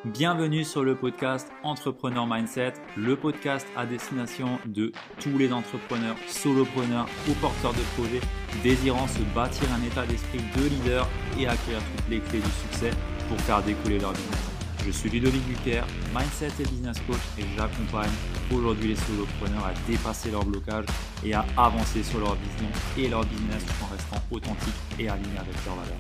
Bienvenue sur le podcast Entrepreneur Mindset, le podcast à destination de tous les entrepreneurs, solopreneurs ou porteurs de projets désirant se bâtir un état d'esprit de leader et acquérir toutes les clés du succès pour faire décoller leur business. Je suis Ludovic Bucher, Mindset et Business Coach et j'accompagne aujourd'hui les solopreneurs à dépasser leurs blocages et à avancer sur leur vision et leur business tout en restant authentiques et alignés avec leurs valeurs.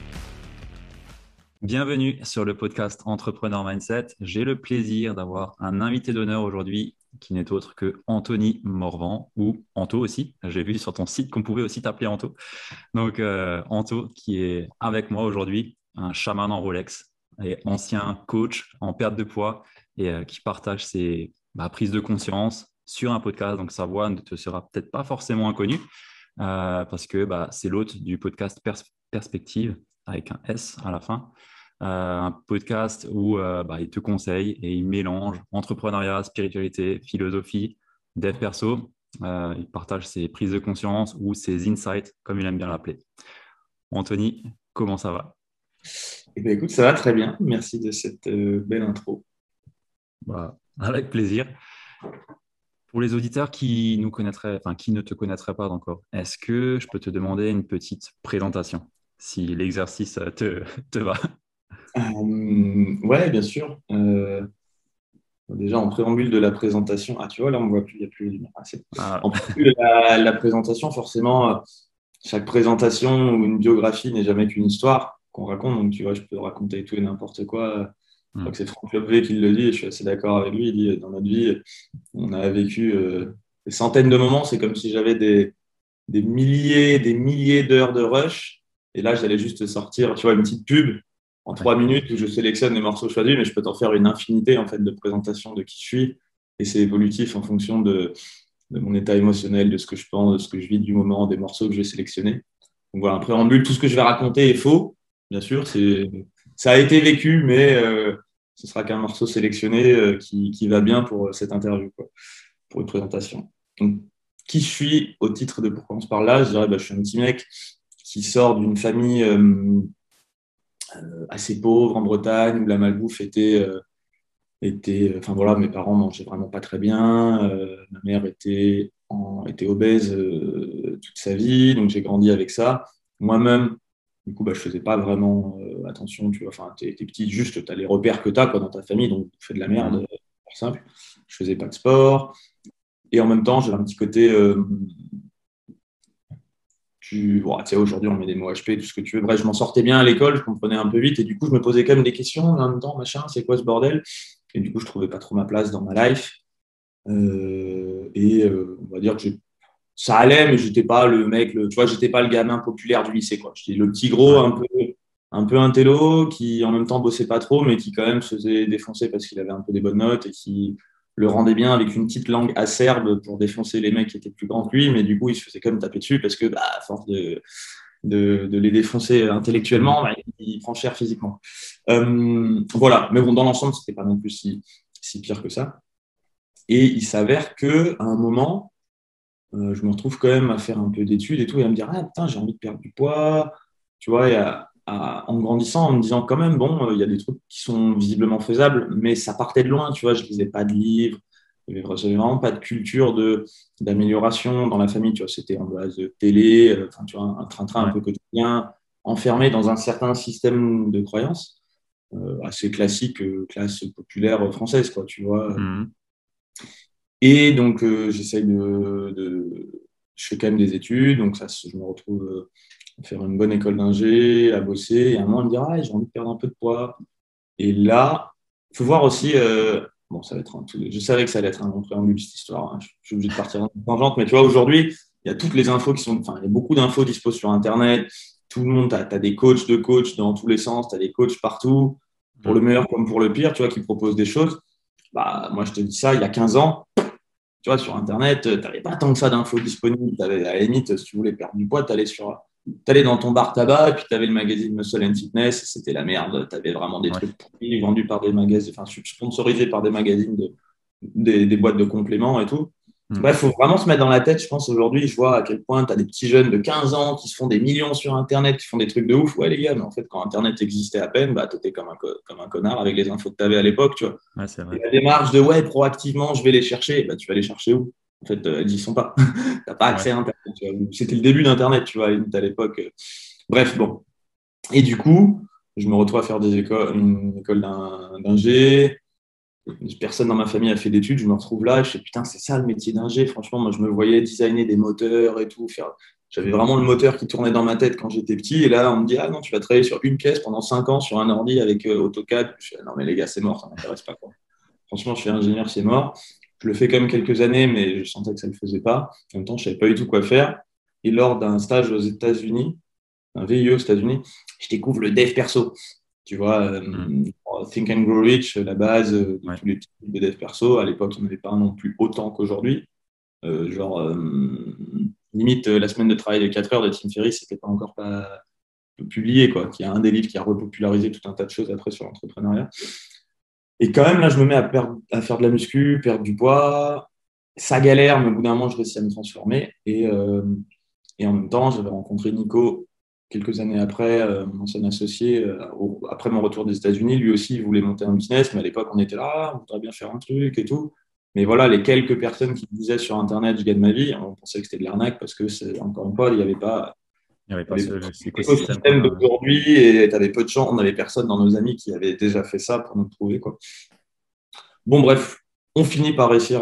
Bienvenue sur le podcast Entrepreneur Mindset. J'ai le plaisir d'avoir un invité d'honneur aujourd'hui qui n'est autre que Anthony Morvan ou Anto aussi. J'ai vu sur ton site qu'on pouvait aussi t'appeler Anto. Donc Anto qui est avec moi aujourd'hui, un chaman en Rolex et ancien coach en perte de poids et qui partage ses prises de conscience sur un podcast. Donc sa voix ne te sera peut-être pas forcément inconnue parce que c'est l'hôte du podcast Perspective avec un S à la fin. Un podcast où il te conseille et il mélange entrepreneuriat, spiritualité, philosophie, dev perso. Il partage ses prises de conscience ou ses insights, comme il aime bien l'appeler. Anthony, comment ça va? Eh bien, écoute, ça va très bien. Merci de cette belle intro. Avec plaisir. Pour les auditeurs qui nous connaîtraient, qui ne te connaîtraient pas encore, est-ce que je peux te demander une petite présentation, si l'exercice te va? Ouais, bien sûr. Déjà, en préambule de la présentation, tu vois, là, on ne voit plus, il n'y a plus de lumière. Ah, En préambule de la présentation, forcément, chaque présentation ou une biographie n'est jamais qu'une histoire qu'on raconte. Donc, tu vois, je peux raconter tout et n'importe quoi. Je crois que c'est Franck Lobvé qui le dit, et je suis assez d'accord avec lui. Il dit, dans notre vie, on a vécu des centaines de moments. C'est comme si j'avais des milliers d'heures de rush. Et là, j'allais juste sortir, tu vois, une petite pub en ouais. 3 minutes où je sélectionne les morceaux choisis, mais je peux t'en faire une infinité en fait de présentations de qui je suis. Et c'est évolutif en fonction de mon état émotionnel, de ce que je pense, de ce que je vis du moment, des morceaux que je vais sélectionner. Donc voilà, un préambule, tout ce que je vais raconter est faux, bien sûr. Ça a été vécu, mais ce sera qu'un morceau sélectionné qui va bien pour cette interview, quoi, pour une présentation. Donc, qui je suis au titre de pourquoi on se parle là, je dirais je suis un petit mec qui sort d'une famille assez pauvre en Bretagne où la malbouffe enfin voilà, mes parents mangeaient vraiment pas très bien, ma mère était obèse toute sa vie, donc j'ai grandi avec ça. Moi-même, du coup, je faisais pas vraiment attention, tu vois, enfin, t'es petit, juste, t'as les repères que t'as, quoi, dans ta famille, donc tu fais de la merde, pour simple. Je faisais pas de sport, et en même temps, j'avais un petit côté aujourd'hui, on met des mots HP, tout ce que tu veux. Bref, je m'en sortais bien à l'école, je comprenais un peu vite, et du coup, je me posais quand même des questions en même temps, machin, c'est quoi ce bordel? Et du coup, je trouvais pas trop ma place dans ma life. On va dire que ça allait, mais j'étais pas le mec, tu vois, j'étais pas le gamin populaire du lycée, quoi. J'étais le petit gros, Ouais. un peu intello, qui en même temps bossait pas trop, mais qui quand même se faisait défoncer parce qu'il avait un peu des bonnes notes et qui le rendait bien avec une petite langue acerbe pour défoncer les mecs qui étaient plus grands que lui, mais du coup, il se faisait quand même taper dessus parce que, à force de les défoncer intellectuellement, il prend cher physiquement. Voilà, mais bon, dans l'ensemble, c'était pas non plus si pire que ça. Et il s'avère que à un moment, je me retrouve quand même à faire un peu d'études et tout, et à me dire, ah putain, j'ai envie de perdre du poids, tu vois, en grandissant, en me disant quand même, bon, il y a des trucs qui sont visiblement faisables, mais ça partait de loin, tu vois, je lisais pas de livres, j'avais vraiment pas de culture d'amélioration dans la famille, tu vois, c'était en base de télé, enfin, tu vois, un train-train un Ouais. peu quotidien, enfermé dans un certain système de croyances, assez classique, classe populaire française, quoi, tu vois. Mhm. Et donc, je fais quand même des études, donc ça, je me retrouve à faire une bonne école d'ingé, à bosser, et à un moment, me dire, ah, j'ai envie de perdre un peu de poids. Et là, il faut voir aussi, bon, ça va être je savais que ça allait être un long préambule, cette histoire, hein. Je suis obligé de partir dans une tangente, mais tu vois, aujourd'hui, il y a toutes les infos enfin, il y a beaucoup d'infos dispo sur Internet, tout le monde, tu as des coachs de coachs dans tous les sens, tu as des coachs partout, pour le meilleur comme pour le pire, tu vois, qui proposent des choses. Moi, je te dis ça, il y a 15 ans, tu vois, sur Internet, tu n'avais pas tant que ça d'infos disponibles. T'avais, à la limite, si tu voulais perdre du poids, t'allais dans ton bar tabac, et puis tu avais le magazine Muscle and Fitness, et c'était la merde. Tu avais vraiment des Ouais. trucs pourris, vendus par des magazines, enfin, sponsorisés par des magazines, des boîtes de compléments et tout. Bref, il faut vraiment se mettre dans la tête. Je pense aujourd'hui, je vois à quel point tu as des petits jeunes de 15 ans qui se font des millions sur Internet, qui font des trucs de ouf. Ouais, les gars, mais en fait, quand Internet existait à peine, bah, tu étais comme un connard avec les infos que tu avais à l'époque, tu vois. Ouais, c'est Et vrai. la démarche de ouais, proactivement, je vais les chercher, bah, tu vas les chercher où? En fait, elles n'y sont pas. Tu n'as pas Ouais. accès à Internet. C'était le début d'Internet, tu vois, à l'époque. Bref, bon. Et du coup, je me retrouve à faire une école d'ingé. Personne dans ma famille a fait d'études. Je me retrouve là. Je fais putain, c'est ça le métier d'ingé. Franchement, moi, je me voyais designer des moteurs et tout. J'avais vraiment le moteur qui tournait dans ma tête quand j'étais petit. Et là, on me dit, ah non, tu vas travailler sur une pièce pendant 5 ans sur un ordi avec AutoCAD. Je fais, non, mais les gars, c'est mort, ça m'intéresse pas, quoi. Franchement, je suis ingénieur, c'est mort. Je le fais quand même quelques années, mais je sentais que ça ne le faisait pas. En même temps, je savais pas du tout quoi faire. Et lors d'un stage aux États-Unis, un VIE aux États-Unis, je découvre le dev perso. Tu vois, Mm. Think and Grow Rich, la base de Ouais. tous les types de dev perso. À l'époque, il n'y en avait pas non plus autant qu'aujourd'hui. Genre, limite, la semaine de travail de 4 heures de Tim Ferriss, c'était pas encore pas publié, quoi. Il y a un des livres qui a repopularisé tout un tas de choses après sur l'entrepreneuriat. Et quand même, là, je me mets à faire de la muscu, perdre du poids. Ça galère, mais au bout d'un moment, je réussis à me transformer. Et en même temps, j'avais rencontré Nico quelques années après, mon ancien associé, après mon retour des États-Unis. Lui aussi, il voulait monter un business, mais à l'époque, on était là, ah, on voudrait bien faire un truc et tout. Mais voilà, les quelques personnes qui disaient sur Internet, je gagne ma vie, on pensait que c'était de l'arnaque parce que, encore une fois, Il n'y avait il pas y avait pas cet écosystème l'écosystème quoi. d'aujourd'hui et tu avais peu de gens. On avait personne dans nos amis qui avaient déjà fait ça pour nous trouver, quoi. Bon, bref, on finit par réussir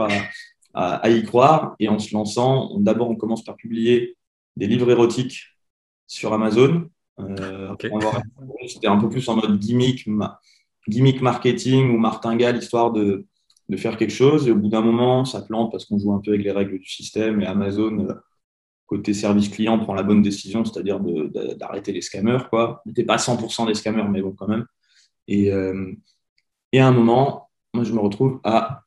à y croire et en se lançant, d'abord, on commence par publier des livres érotiques sur Amazon. Ok. C'était un peu plus en mode gimmick marketing ou martingale, histoire de faire quelque chose. Et au bout d'un moment, ça plante parce qu'on joue un peu avec les règles du système. Et Amazon, côté service client, prend la bonne décision, c'est-à-dire d'arrêter les scammers, quoi. On n'était pas 100% des scammers, mais bon, quand même. Et, et à un moment, moi, je me retrouve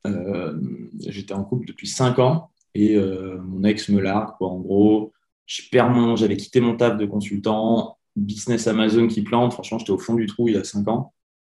j'étais en couple depuis 5 ans et mon ex me largue, quoi. En gros, j'avais quitté mon taf de consultant, business Amazon qui plante. Franchement, j'étais au fond du trou il y a 5 ans,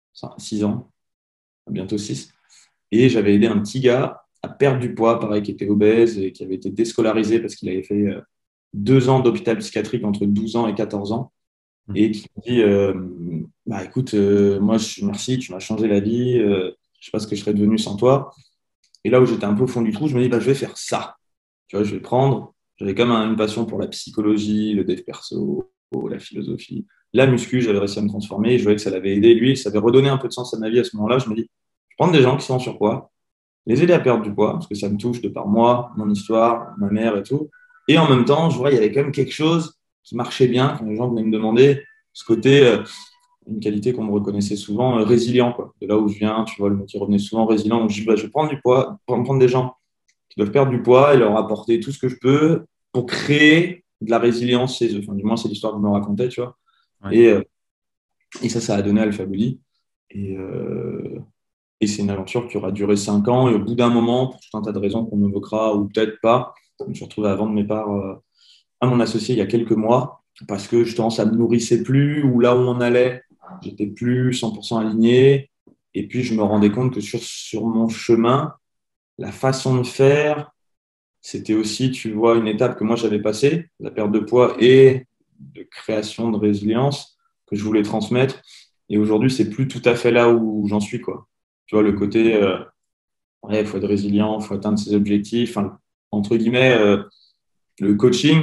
6 ans, bientôt 6. Et j'avais aidé un petit gars à perdre du poids, pareil, qui était obèse et qui avait été déscolarisé parce qu'il avait fait 2 ans d'hôpital psychiatrique entre 12 ans et 14 ans Mhm. et qui me dit bah écoute, moi merci, tu m'as changé la vie, je sais pas ce que je serais devenu sans toi. Et là où j'étais un peu au fond du trou, je me dis bah je vais faire ça. Tu vois, je vais prendre. J'avais comme une passion pour la psychologie, le dev perso, la philosophie, la muscu. J'avais réussi à me transformer. Et je voyais que ça l'avait aidé lui, ça avait redonné un peu de sens à ma vie à ce moment-là. Je me dis, je vais prendre des gens qui sont en surpoids, les aider à perdre du poids parce que ça me touche de par moi, mon histoire, ma mère et tout. Et en même temps, je vois il y avait quand même quelque chose qui marchait bien quand les gens venaient me demander ce côté, une qualité qu'on me reconnaissait souvent, résilient, quoi. De là où je viens, tu vois, le mot qui revenait souvent, résilient. Donc je dis, bah, je vais prendre du poids, pour prendre des gens qui doivent perdre du poids et leur apporter tout ce que je peux pour créer de la résilience chez eux. Enfin, du moins, c'est l'histoire que je me racontais, tu vois. Ouais. Et, euh, et ça a donné Alpha Body. Et, euh, et c'est une aventure qui aura duré 5 ans. Et au bout d'un moment, pour tout un tas de raisons qu'on évoquera ou peut-être pas, je me suis retrouvé à vendre mes parts à mon associé il y a quelques mois parce que justement, ça ne me nourrissait plus ou là où on allait, j'étais plus 100% aligné. Et puis, je me rendais compte que sur mon chemin, la façon de faire, c'était aussi, tu vois, une étape que moi j'avais passée, la perte de poids et de création de résilience que je voulais transmettre. Et aujourd'hui, c'est plus tout à fait là où j'en suis, quoi. Tu vois, le côté, ouais, il faut être résilient, il faut atteindre ses objectifs. Enfin, entre guillemets, le coaching,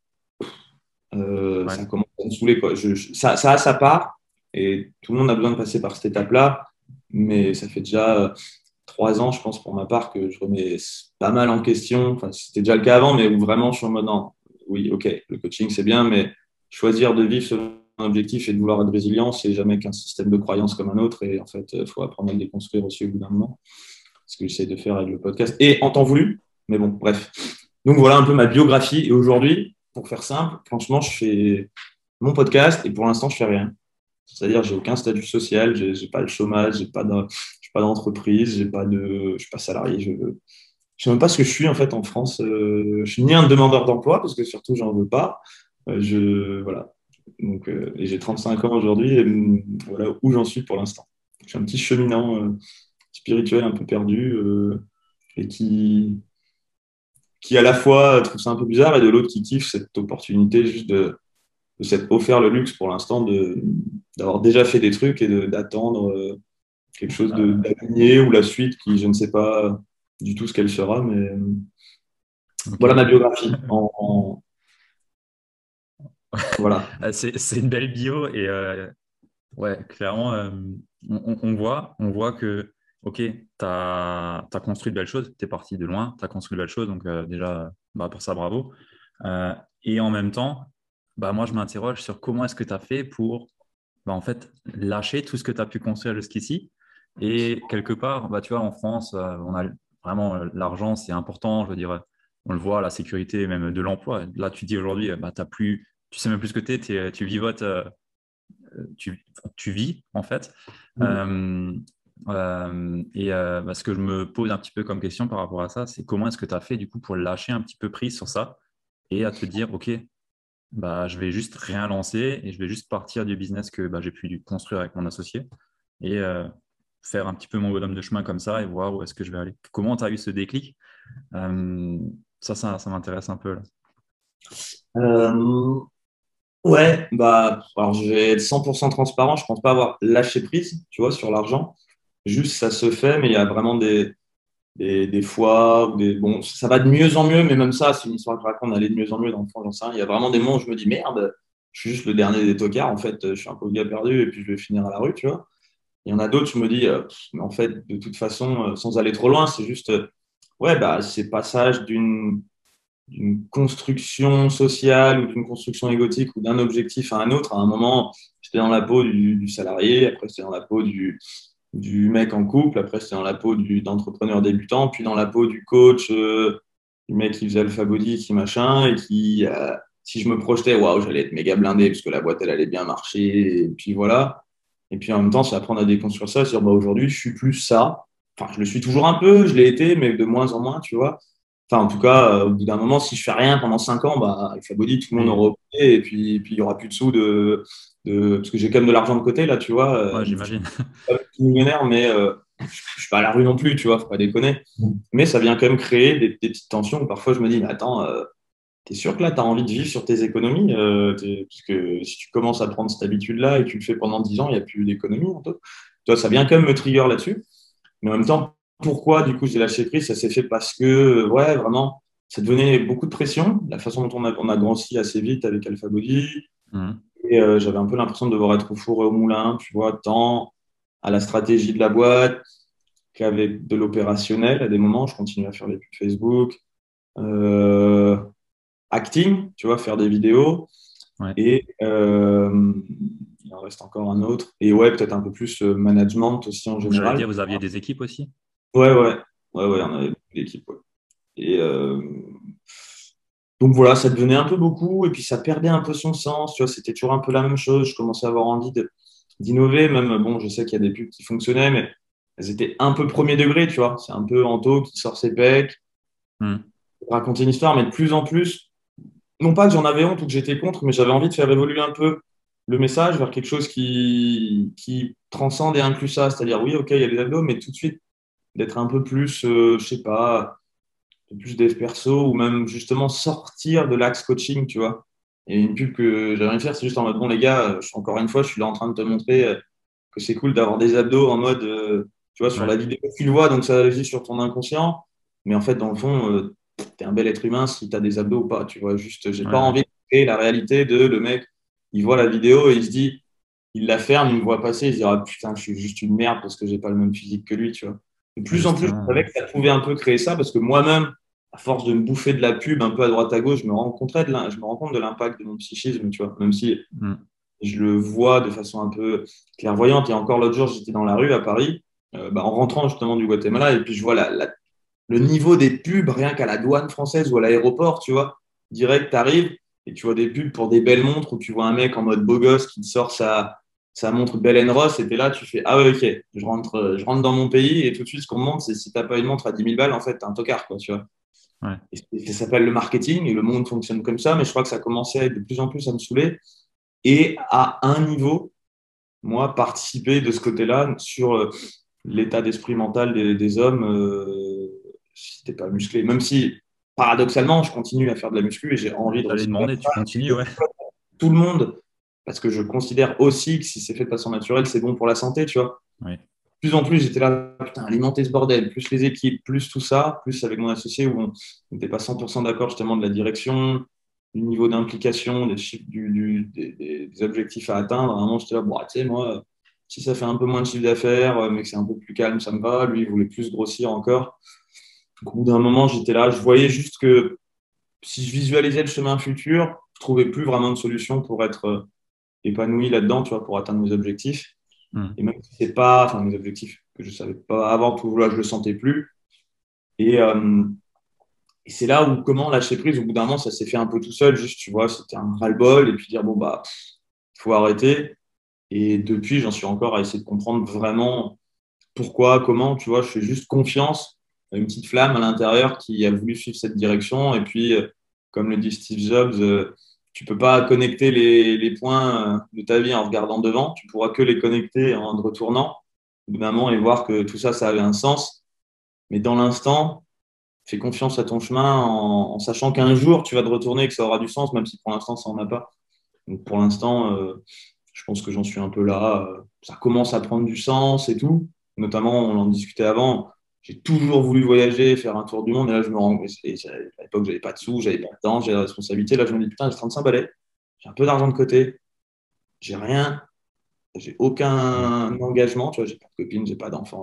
Ouais. ça commence à me saouler, quoi. Ça a sa part et tout le monde a besoin de passer par cette étape-là, mais ça fait déjà 3 ans, je pense, pour ma part, que je remets pas mal en question. Enfin, c'était déjà le cas avant, mais où vraiment je suis en mode non, oui, ok, le coaching c'est bien, mais choisir de vivre selon un objectif et de vouloir être résilient, c'est jamais qu'un système de croyance comme un autre. Et en fait, il faut apprendre à le déconstruire aussi au bout d'un moment. Ce que j'essaie de faire avec le podcast. Et en temps voulu, mais bon, bref. Donc voilà un peu ma biographie. Et aujourd'hui, pour faire simple, franchement, je fais mon podcast et pour l'instant, je fais rien. C'est-à-dire, j'ai aucun statut social, j'ai pas le chômage, j'ai pas d'entreprise, je suis pas salarié. Je sais même pas ce que je suis en fait en France. Je suis ni un demandeur d'emploi parce que surtout, j'en veux pas. Voilà. Donc, et j'ai 35 ans aujourd'hui et voilà où j'en suis pour l'instant. Je suis un petit cheminant spirituel un peu perdu et qui à la fois trouve ça un peu bizarre et de l'autre qui kiffe cette opportunité juste de s'être offert le luxe pour l'instant d'avoir déjà fait des trucs et d'attendre quelque chose d'aligné ou la suite qui, je ne sais pas du tout ce qu'elle sera, mais Ok. voilà ma biographie. Voilà. C'est une belle bio et ouais, clairement, on voit que, ok, tu as construit de belles choses, tu es parti de loin, tu as construit de belles choses, donc déjà, bah, pour ça, bravo. Et en même temps, bah, moi, je m'interroge sur comment est-ce que tu as fait pour, bah, en fait, lâcher tout ce que tu as pu construire jusqu'ici. Et quelque part, bah, tu vois, en France, on a vraiment l'argent, c'est important, je veux dire, on le voit, la sécurité même de l'emploi. Là, tu dis aujourd'hui, bah, tu sais même plus ce que tu vivotes. Tu, tu vis en fait. Bah, ce que je me pose un petit peu comme question par rapport à ça, c'est comment est-ce que tu as fait du coup pour lâcher un petit peu prise sur ça et à te dire, OK, bah, je vais juste rien lancer et je vais juste partir du business que bah, j'ai pu construire avec mon associé et faire un petit peu mon bonhomme de chemin comme ça et voir où est-ce que je vais aller. Comment tu as eu ce déclic? Euh, ça m'intéresse un peu là. Euh, ouais, bah, alors je vais être 100% transparent. Je pense pas avoir lâché prise, tu vois, sur l'argent. Juste, ça se fait, mais il y a vraiment des fois où bon, ça va de mieux en mieux, mais même ça, c'est une histoire que je raconte d'aller de mieux en mieux dans le fond, j'en sais rien. Il y a vraiment des moments où je me dis merde, je suis juste le dernier des tocards. En fait, je suis un peu le gars perdu et puis je vais finir à la rue, tu vois. Il y en a d'autres, je me dis, mais en fait, de toute façon, sans aller trop loin, c'est juste, ouais, bah, c'est passage d'une construction sociale ou d'une construction égotique ou d'un objectif à un autre. À un moment, j'étais dans la peau du salarié, après, j'étais dans la peau du mec en couple, après, j'étais dans la peau d'entrepreneur débutant, puis dans la peau du coach, du mec qui faisait Alpha Body, qui machin, et qui, si je me projetais, waouh, j'allais être méga blindé parce que la boîte, elle allait bien marcher, et puis voilà. Et puis en même temps, c'est apprendre à déconstruire ça, se dire, bah, aujourd'hui, je suis plus ça. Enfin, je le suis toujours un peu, je l'ai été, mais de moins en moins, tu vois. Enfin, en tout cas, au bout d'un moment, si je fais rien pendant 5 ans, bah, avec Fabody, tout le monde Oui, aura oublié, et puis il y aura plus de sous parce que j'ai quand même de l'argent de côté, là, tu vois. ouais, Je suis j'imagine. pas millionnaire, mais je suis pas à la rue non plus, tu vois, faut pas déconner. Mais ça vient quand même créer des petites tensions où parfois je me dis, mais attends, t'es sûr que là, tu as envie de vivre sur tes économies parce que si tu commences à prendre cette habitude-là et que tu le fais pendant 10 ans, il n'y a plus d'économie en toi. Toi, ça vient quand même me trigger là-dessus. Mais en même temps, pourquoi du coup j'ai lâché prise? Ça s'est fait parce que, ouais, vraiment, ça devenait beaucoup de pression. La façon dont on a grandi assez vite avec Alpha Body. Mhm. Et j'avais un peu l'impression de devoir être au four et au moulin, tu vois, tant à la stratégie de la boîte qu'avec de l'opérationnel. À des moments, je continue à faire des pubs Facebook, euh, acting, tu vois, faire des vidéos. Ouais. Et il en reste encore un autre. Et ouais, peut-être un peu plus management aussi en J'allais général. dire, vous aviez des équipes aussi? Ouais, ouais, ouais, ouais, on avait beaucoup d'équipes. Ouais. Et donc voilà, ça devenait un peu beaucoup et puis ça perdait un peu son sens. Tu vois, c'était toujours un peu la même chose. Je commençais à avoir envie d'innover. Même, bon, je sais qu'il y a des pubs qui fonctionnaient, mais elles étaient un peu premier degré, tu vois. C'est un peu Anto qui sort ses pecs, Mhm. raconter une histoire, mais de plus en plus, non pas que j'en avais honte ou que j'étais contre, mais j'avais envie de faire évoluer un peu le message vers quelque chose qui transcende et inclut ça. C'est-à-dire, oui, ok, il y a les abdos, mais tout de suite, d'être un peu plus, je sais pas, plus dev perso ou même justement sortir de l'axe coaching, tu vois. Et une pub que j'aimerais de faire, c'est juste en mode, bon, les gars, encore une fois, je suis là en train de te montrer que c'est cool d'avoir des abdos en mode, tu vois, sur Ouais, la vidéo, tu le vois, donc ça agit sur ton inconscient. Mais en fait, dans le fond, t'es un bel être humain si t'as des abdos ou pas, tu vois. Juste, j'ai ouais, pas ouais. envie de créer la réalité de le mec, il voit la vidéo et il se dit, il la ferme, il me voit passer, il se dira, putain, je suis juste une merde parce que j'ai pas le même physique que lui, tu vois. De plus en plus, je Justement, savais que ça pouvait un peu créer ça parce que moi-même, à force de me bouffer de la pub un peu à droite à gauche, je me rends compte de l'impact de mon psychisme, tu vois. Même si mm, je le vois de façon un peu clairvoyante. Et encore l'autre jour, j'étais dans la rue à Paris, bah, en rentrant justement du Guatemala, et puis je vois le niveau des pubs rien qu'à la douane française ou à l'aéroport, tu vois. Direct, tu arrives et tu vois des pubs pour des belles montres où tu vois un mec en mode beau gosse qui te sort sa montre Bell Ross et t'es là, tu fais ah ouais, ok, je rentre dans mon pays et tout de suite, ce qu'on me montre, c'est si t'as pas une montre à 10 000 balles, en fait, t'es un tocard, quoi, tu vois. ouais. Et ça s'appelle le marketing et le monde fonctionne comme ça, mais je crois que ça commençait de plus en plus à me saouler et à un niveau, moi, participer de ce côté-là sur l'état d'esprit mental des hommes, si t'es pas musclé. Même si paradoxalement, je continue à faire de la muscu et j'ai envie de J'allais ressembler demander, tu à continues, ouais. tout le monde parce que je considère aussi que si c'est fait de façon naturelle, c'est bon pour la santé, tu vois. Oui. Plus en plus, j'étais là, putain, alimenter ce bordel, plus les équipes, plus tout ça, plus avec mon associé où on n'était pas 100% d'accord justement de la direction, du niveau d'implication, des chiffres, des objectifs à atteindre. À un moment, j'étais là, bon, tu sais, moi, si ça fait un peu moins de chiffre d'affaires, mais que c'est un peu plus calme, ça me va. Lui, il voulait plus grossir encore. Donc, au bout d'un moment, j'étais là, je voyais juste que si je visualisais le chemin futur, je trouvais plus vraiment de solution pour être épanoui là-dedans, tu vois, pour atteindre mes objectifs. Hmm. Et même si c'est pas, enfin, mes objectifs que je savais pas avant, tout là, je le sentais plus. Et, euh, et c'est là où, comment lâcher prise, au bout d'un moment, ça s'est fait un peu tout seul, juste, tu vois, c'était un ras-le-bol, et puis dire, bon, bah, faut arrêter. Et depuis, j'en suis encore à essayer de comprendre vraiment pourquoi, comment, tu vois, je fais juste confiance à une petite flamme à l'intérieur qui a voulu suivre cette direction. Et puis, comme le dit Steve Jobs, tu peux pas connecter les points de ta vie en regardant devant, tu pourras que les connecter en te retournant, évidemment, et voir que tout ça, ça avait un sens. Mais dans l'instant, fais confiance à ton chemin en sachant qu'un jour, tu vas te retourner et que ça aura du sens, même si pour l'instant, ça n'en a pas. Donc, pour l'instant, je pense que j'en suis un peu là. Ça commence à prendre du sens et tout. Notamment, on en discutait avant. J'ai toujours voulu voyager, faire un tour du monde. Et là, je me rends. À l'époque, j'avais pas de sous, j'avais pas de temps, j'avais la responsabilité. Là, je me dis, putain, j'ai 35 balais. J'ai un peu d'argent de côté. J'ai rien. J'ai Hmm. aucun engagement. Tu vois, j'ai pas de copine, j'ai pas d'enfant,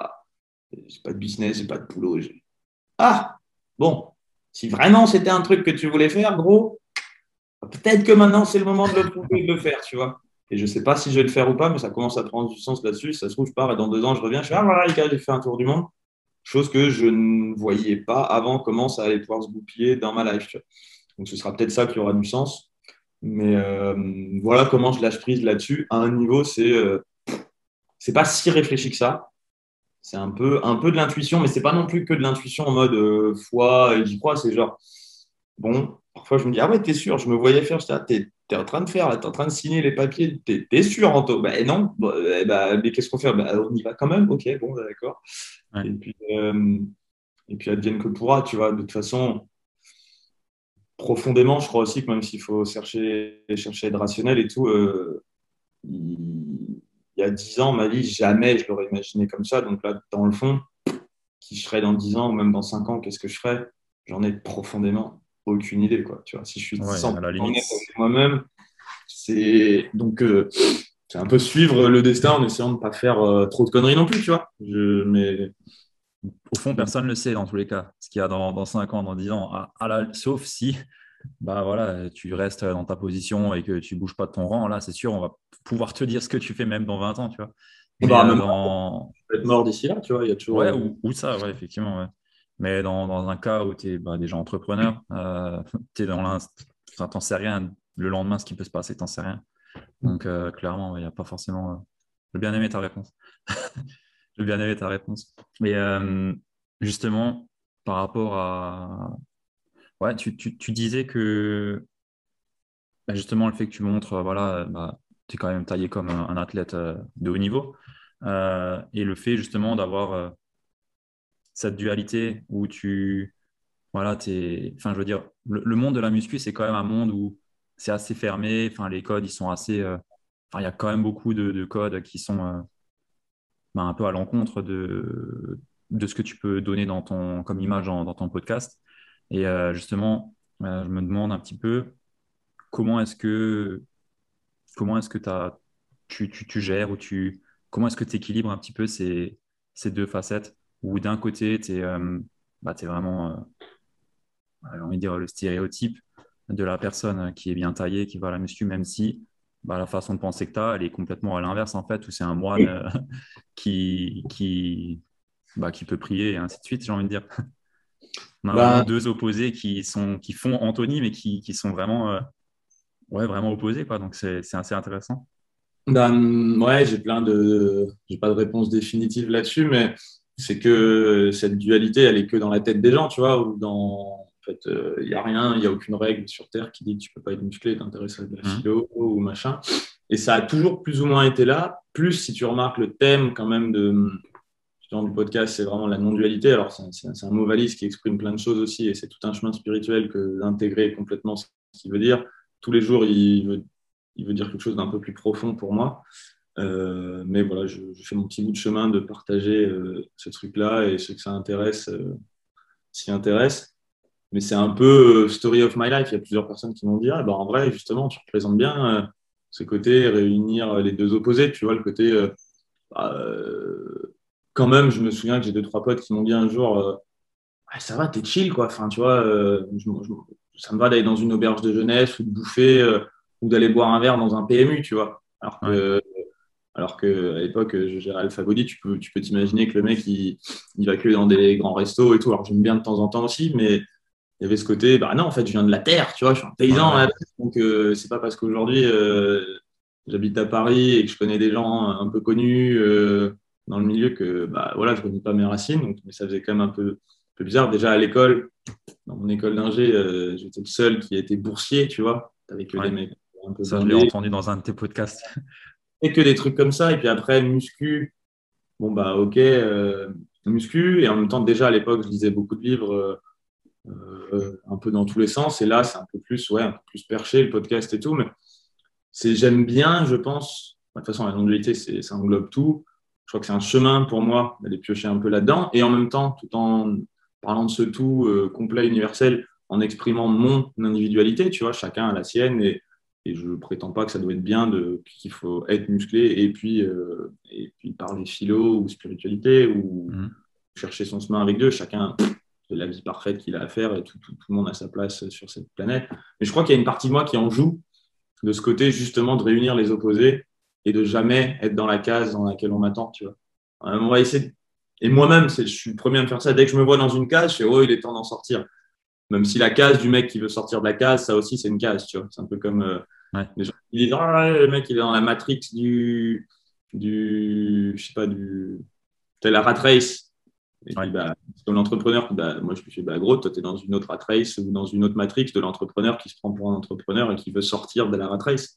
j'ai pas de business, j'ai pas de boulot. Ah, bon. Si vraiment c'était un truc que tu voulais faire, gros, peut-être que maintenant, c'est le moment de le prouver, de le faire, tu vois. Et je ne sais pas si je vais le faire ou pas, mais ça commence à prendre du sens là-dessus. Si ça se trouve, je pars et dans 2 ans, je reviens. Je fais, ah voilà, les gars, j'ai fait un tour du monde. Chose que je ne voyais pas avant comment ça allait pouvoir se goupiller dans ma life. Tu vois. Donc, ce sera peut-être ça qui aura du sens. Mais voilà comment je lâche prise là-dessus. À un niveau, c'est pas si réfléchi que ça. C'est un peu de l'intuition, mais c'est pas non plus que de l'intuition en mode foi et j'y crois. C'est genre, bon, parfois je me dis, ah ouais, t'es sûr, je me voyais faire, je dis, ah, t'es en train de faire, là, t'es en train de signer les papiers, t'es sûr, Anto? Ben non, bon, mais qu'est-ce qu'on fait? Ben, on y va quand même, ok, bon, bah, d'accord. Ouais. Et puis advienne que pourra, tu vois, de toute façon, profondément, je crois aussi que même s'il faut chercher à être rationnel et tout, il y a 10 ans, ma vie, jamais je l'aurais imaginé comme ça. Donc là, dans le fond, qui je serais dans 10 ans ou même dans 5 ans, qu'est-ce que je ferais? J'en ai profondément aucune idée, quoi. Tu vois, si je suis Ouais, à la 100% limite, honnête avec moi-même, c'est un peu suivre le destin en essayant de ne pas faire trop de conneries non plus, tu vois. Mais au fond, personne ne le sait dans tous les cas, ce qu'il y a dans 5 ans, dans 10 ans. Sauf si bah voilà, tu restes dans ta position et que tu bouges pas de ton rang, là, c'est sûr, on va pouvoir te dire ce que tu fais même dans 20 ans, tu vois. Mais bah, même dans. je vais être mort d'ici là, tu vois. Il y a toujours. Ouais, ou ça, ouais, effectivement. Ouais. Mais dans un cas où tu es déjà entrepreneur, tu es dans enfin, t'en sais rien. Le lendemain, ce qui peut se passer, t'en sais rien. Donc, clairement, il n'y a pas forcément. J'ai bien aimé ta réponse. J'ai bien aimé ta réponse. Mais justement, par rapport à. Ouais, tu disais que bah, justement, le fait que tu montres, voilà, bah, tu es quand même taillé comme un athlète de haut niveau. Et le fait justement d'avoir cette dualité où voilà, enfin, je veux dire, le monde de la muscu, c'est quand même un monde où c'est assez fermé. Enfin, les codes, ils sont assez. Enfin, il y a quand même beaucoup de codes qui sont bah, un peu à l'encontre de ce que tu peux donner comme image dans ton podcast. Et justement, je me demande un petit peu comment est-ce que tu gères comment est-ce que tu équilibres un petit peu ces deux facettes où d'un côté, tu es, t'es vraiment, j'ai envie de dire, le stéréotype de la personne qui est bien taillée, qui va à la muscu, même si bah, la façon de penser que tu as, elle est complètement à l'inverse, en fait, où c'est un moine qui, qui, qui peut prier et ainsi de suite, j'ai envie de dire. On a vraiment Ben, deux opposés qui font Anthony, mais qui sont vraiment, ouais, vraiment opposés, quoi. Donc, c'est assez intéressant. ouais, j'ai pas de réponse définitive là-dessus, mais c'est que cette dualité, elle est que dans la tête des gens, tu vois, ou en fait, il y a rien, il y a aucune règle sur Terre qui dit que tu peux pas être musclé, t'intéresser à de la Mhm. philo ou machin. Et ça a toujours plus ou moins été là. Plus si tu remarques le thème quand même du podcast, c'est vraiment la non-dualité. Alors, c'est un mot valise qui exprime plein de choses aussi, et c'est tout un chemin spirituel que d'intégrer complètement ce qu'il veut dire. Tous les jours, il veut dire quelque chose d'un peu plus profond pour moi. Mais voilà, je fais mon petit bout de chemin de partager ce truc-là, et ceux que ça intéresse s'y intéressent. Mais c'est un peu story of my life. Il y a plusieurs personnes qui m'ont dit, ah, ben, en vrai, justement, tu représentes bien ce côté réunir les deux opposés. Tu vois, le côté bah, quand même, je me souviens que j'ai deux, trois potes qui m'ont dit un jour ah, ça va, t'es chill, quoi. Enfin, tu vois, ça me va d'aller dans une auberge de jeunesse ou de bouffer ou d'aller boire un verre dans un PMU, tu vois. Ouais. Alors que à l'époque, je gérais Alpha Body, tu peux t'imaginer que le mec, il va que dans des grands restos et tout. Alors, j'aime bien de temps en temps aussi, mais il y avait ce côté, bah non, en fait, je viens de la terre, tu vois, je suis un Ouais, paysan, ouais. hein, donc c'est pas parce qu'aujourd'hui j'habite à Paris et que je connais des gens un peu connus dans le milieu que bah voilà, je connais pas mes racines, donc mais ça faisait quand même un peu bizarre. Déjà à l'école, dans mon école d'ingé, j'étais le seul qui était boursier, tu vois, avec que des Ouais. mecs un peu Ça, je l'ai blindés entendu dans un de tes podcasts. et que des trucs comme ça. Et puis après muscu, bon bah ok, muscu et en même temps déjà à l'époque je lisais beaucoup de livres. Un peu dans tous les sens. Et là, c'est un peu plus, ouais, un peu plus perché, le podcast et tout. Mais j'aime bien, je pense. De toute façon, la non-dualité, ça englobe tout. Je crois que c'est un chemin pour moi d'aller piocher un peu là-dedans. Et en même temps, tout en parlant de ce tout complet, universel, en exprimant mon individualité, tu vois, chacun a la sienne. Et je ne prétends pas que ça doit être bien, qu'il faut être musclé et puis parler philo ou spiritualité ou Mhm. chercher son chemin avec Dieu. Chacun c'est la vie parfaite qu'il a à faire et tout le monde a sa place sur cette planète. Mais je crois qu'il y a une partie de moi qui en joue de ce côté justement de réunir les opposés et de jamais être dans la case dans laquelle on m'attend, tu vois. On va essayer. Et moi-même, je suis le premier à me faire ça. Dès que je me vois dans une case, je fais oh, il est temps d'en sortir. Même si la case du mec qui veut sortir de la case, ça aussi, c'est une case, tu vois. C'est un peu comme Ouais. les gens qui disent ah, ouais, le mec, il est dans la matrix je sais pas, c'est la rat race. Et puis, Ouais. bah, c'est comme l'entrepreneur, bah, moi, je me fais, bah, gros, toi, tu es dans une autre rat race ou dans une autre matrix de l'entrepreneur qui se prend pour un entrepreneur et qui veut sortir de la rat race.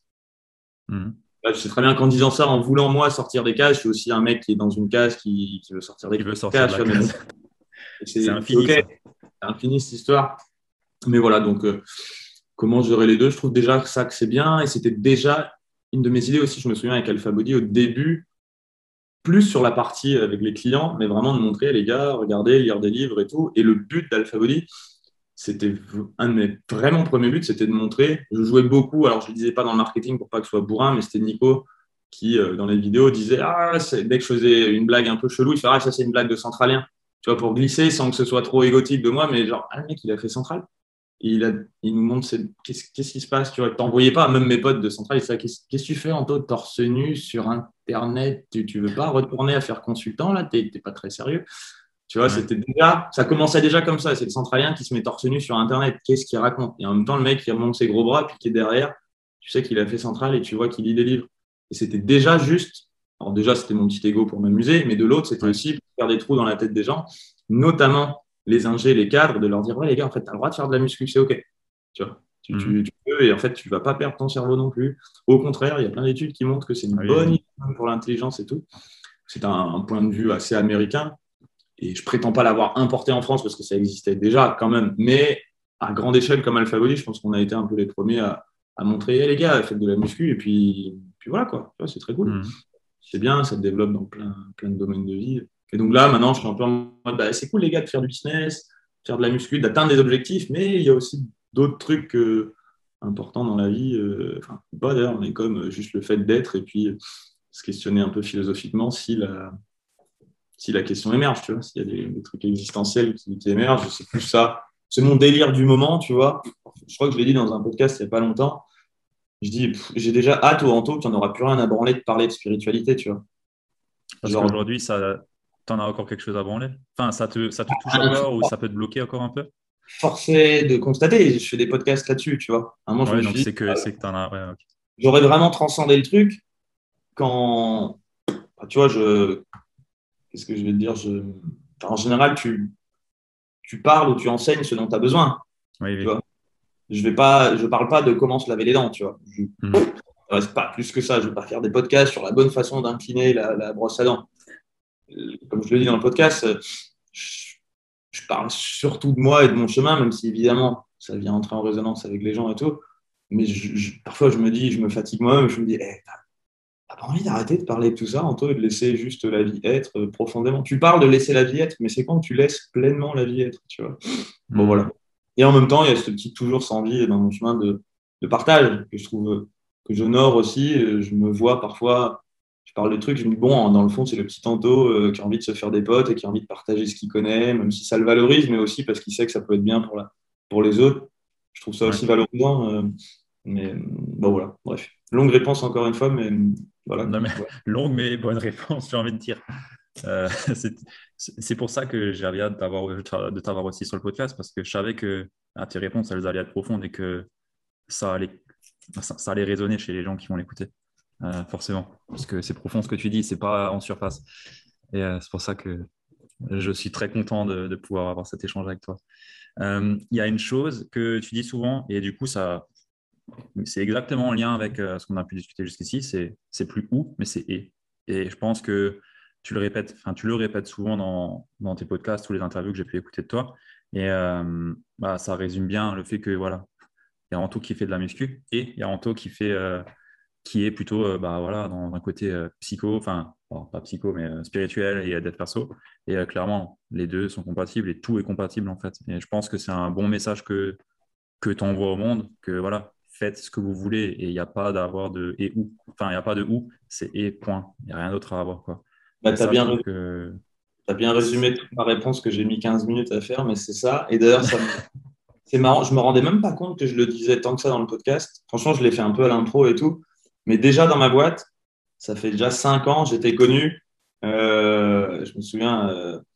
Mhm. Là, je sais très bien qu'en disant ça, en voulant, moi, sortir des cases, je suis aussi un mec qui est dans une case qui veut sortir des Qui veut sortir de cases. la Tu vois, mais case. C'est c'est infini, OK, ça. c'est infini cette histoire. Mais voilà, donc, comment gérer les deux? Je trouve déjà que ça, que c'est bien. Et c'était déjà une de mes idées aussi, je me souviens, avec Alpha Body au début, plus sur la partie avec les clients, mais vraiment de montrer, les gars, regardez, lire des livres et tout. Et le but d'Alpha Body, c'était un de mes vraiment premiers buts, c'était de montrer. Je jouais beaucoup, alors je ne le disais pas dans le marketing pour pas que ce soit bourrin, mais c'était Nico qui, dans les vidéos, disait ah, dès que je faisais une blague un peu chelou, il fait ah, ça c'est une blague de centralien. Tu vois, pour glisser sans que ce soit trop égotique de moi, mais genre, ah, le mec, il a fait central. Il nous montre qu'est-ce qui se passe, tu vois. T'en voyais pas, même mes potes de Centrale, ils disaient qu'est-ce que tu fais, Anto, torse nu sur Internet, tu veux pas retourner à faire consultant, là, t'es pas très sérieux. Tu vois, Ouais. ça commençait déjà comme ça. C'est le centralien qui se met torse nu sur Internet. Qu'est-ce qu'il raconte? Et en même temps, le mec qui remonte ses gros bras, puis qui est derrière, tu sais qu'il a fait Centrale et tu vois qu'il lit des livres. Et c'était déjà juste. Alors, déjà, c'était mon petit ego pour m'amuser, mais de l'autre, c'était Ouais. aussi pour faire des trous dans la tête des gens, notamment les ingés, les cadres, de leur dire ouais, les gars, en fait, tu as le droit de faire de la muscu, c'est OK. Tu vois, Mhm. tu peux, et en fait, tu ne vas pas perdre ton cerveau non plus. Au contraire, il y a plein d'études qui montrent que c'est une Ah oui, bonne oui. idée pour l'intelligence et tout. C'est un point de vue assez américain. Et je prétends pas l'avoir importé en France parce que ça existait déjà quand même. Mais à grande échelle, comme Alpha Body, je pense qu'on a été un peu les premiers à montrer hey, les gars, faites de la muscu. Et puis voilà, quoi. C'est très cool. Mhm. C'est bien, ça te développe dans plein de domaines de vie. Et donc là, maintenant, je suis un peu en mode bah, c'est cool, les gars, de faire du business, faire de la muscu, d'atteindre des objectifs. Mais il y a aussi d'autres trucs importants dans la vie. Enfin, pas d'ailleurs, mais comme juste le fait d'être et puis se questionner un peu philosophiquement si la question émerge, tu vois, s'il y a des trucs existentiels qui émergent, c'est plus ça. C'est mon délire du moment, tu vois. Je crois que je l'ai dit dans un podcast il n'y a pas longtemps. Je dis, j'ai déjà hâte au Anto qu'il n'y en aura plus rien à branler de parler de spiritualité, tu vois. Parce Genre, qu'aujourd'hui, t'en as encore quelque chose à branler. Enfin, ça te touche encore ou ça peut te bloquer encore un peu? forcé de constater, je fais des podcasts là-dessus, tu vois. À un moment, je me Ouais, suis donc dit, c'est que t'en as. Ouais, ok. j'aurais vraiment transcendé le truc quand, tu vois, qu'est-ce que je vais te dire en général, tu parles ou tu enseignes ce dont tu as besoin, Oui, tu oui. vois. Je parle pas de comment se laver les dents, tu vois. Mhm. Ça reste pas plus que ça. Je vais pas faire des podcasts sur la bonne façon d'incliner la brosse à dents. comme je le dis dans le podcast, je, je parle surtout de moi et de mon chemin, même si évidemment ça vient entrer en résonance avec les gens et tout. Mais parfois je me dis, je me fatigue moi-même, je me dis, hey, t'as pas envie d'arrêter de parler de tout ça, Anto, et de laisser juste la vie être profondément. Tu parles de laisser la vie être, mais c'est quand tu laisses pleinement la vie être, tu vois. Bon, voilà. Et en même temps, il y a ce petit toujours sans vie dans mon chemin de partage que je trouve que j'honore aussi. Je me vois parfois, je parle de trucs, je me dis, bon, dans le fond, c'est le petit Anto qui a envie de se faire des potes et qui a envie de partager ce qu'il connaît, même si ça le valorise, mais aussi parce qu'il sait que ça peut être bien pour les autres. Je trouve ça Ouais. aussi valorisant. Mais bon, voilà, bref. Longue réponse encore une fois, mais voilà. Non, mais, Ouais. longue mais bonne réponse, j'ai envie de dire. Euh, c'est c'est pour ça que j'ai hâte de t'avoir aussi sur le podcast, parce que je savais que tes réponses, elles allaient être profondes et que ça allait, ça allait résonner chez les gens qui vont l'écouter, forcément. Parce que c'est profond ce que tu dis, c'est pas en surface. Et c'est pour ça que je suis très content de pouvoir avoir cet échange avec toi. Il y a une chose que tu dis souvent, et du coup, c'est exactement en lien avec ce qu'on a pu discuter jusqu'ici, c'est plus où, mais c'est et. Et je pense que tu le répètes souvent dans tes podcasts, tous les interviews que j'ai pu écouter de toi. Et ça résume bien le fait que voilà, il y a Anto qui fait de la muscu et il y a Anto qui est plutôt voilà, dans un côté psycho, enfin, bon, pas psycho, mais spirituel et d'être perso. Et clairement, les deux sont compatibles et tout est compatible en fait. Et je pense que c'est un bon message que tu envoies au monde, que voilà, faites ce que vous voulez et il n'y a pas d'avoir de et où. Enfin, il n'y a pas de où, c'est et point. Il n'y a rien d'autre à avoir, quoi. Bah, Et ça, je trouve que t'as bien résumé toute ma réponse que j'ai mis 15 minutes à faire, mais c'est ça. Et d'ailleurs, c'est marrant, je me rendais même pas compte que je le disais tant que ça dans le podcast. Franchement, je l'ai fait un peu à l'impro et tout. Mais déjà dans ma boîte, ça fait déjà 5 ans, j'étais connu. Je me souviens,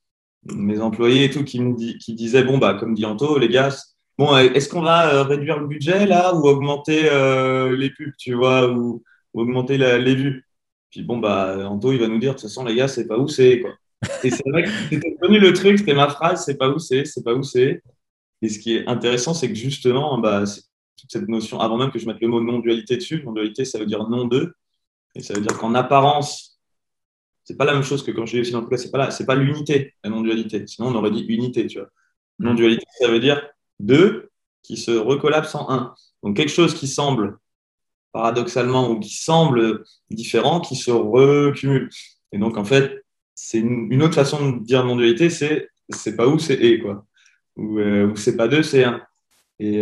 mes employés et tout qui disaient, bon, bah, comme dit Anto, les gars, bon, est-ce qu'on va réduire le budget là ou augmenter les pubs, tu vois, ou augmenter les vues? Puis bon, bah, Anto, il va nous dire, de toute façon, les gars, c'est pas où c'est, quoi. Et c'est vrai que c'était connu le truc, c'était ma phrase, c'est pas où c'est pas où c'est. Et ce qui est intéressant, c'est que justement, bah, c'est toute cette notion, avant même que je mette le mot non-dualité dessus, non-dualité, ça veut dire non-deux. Et ça veut dire qu'en apparence, c'est pas la même chose que quand je dis aussi dans le cas, c'est pas l'unité, la non-dualité. Sinon, on aurait dit unité, tu vois. hmm, Non-dualité, ça veut dire deux qui se recollapsent en un. Donc quelque chose qui semble paradoxalement ou qui semble différent, qui se recumule. Et donc, en fait, c'est une autre façon de dire non-dualité, c'est pas où, c'est et, quoi. Ou c'est pas deux, c'est un. Et,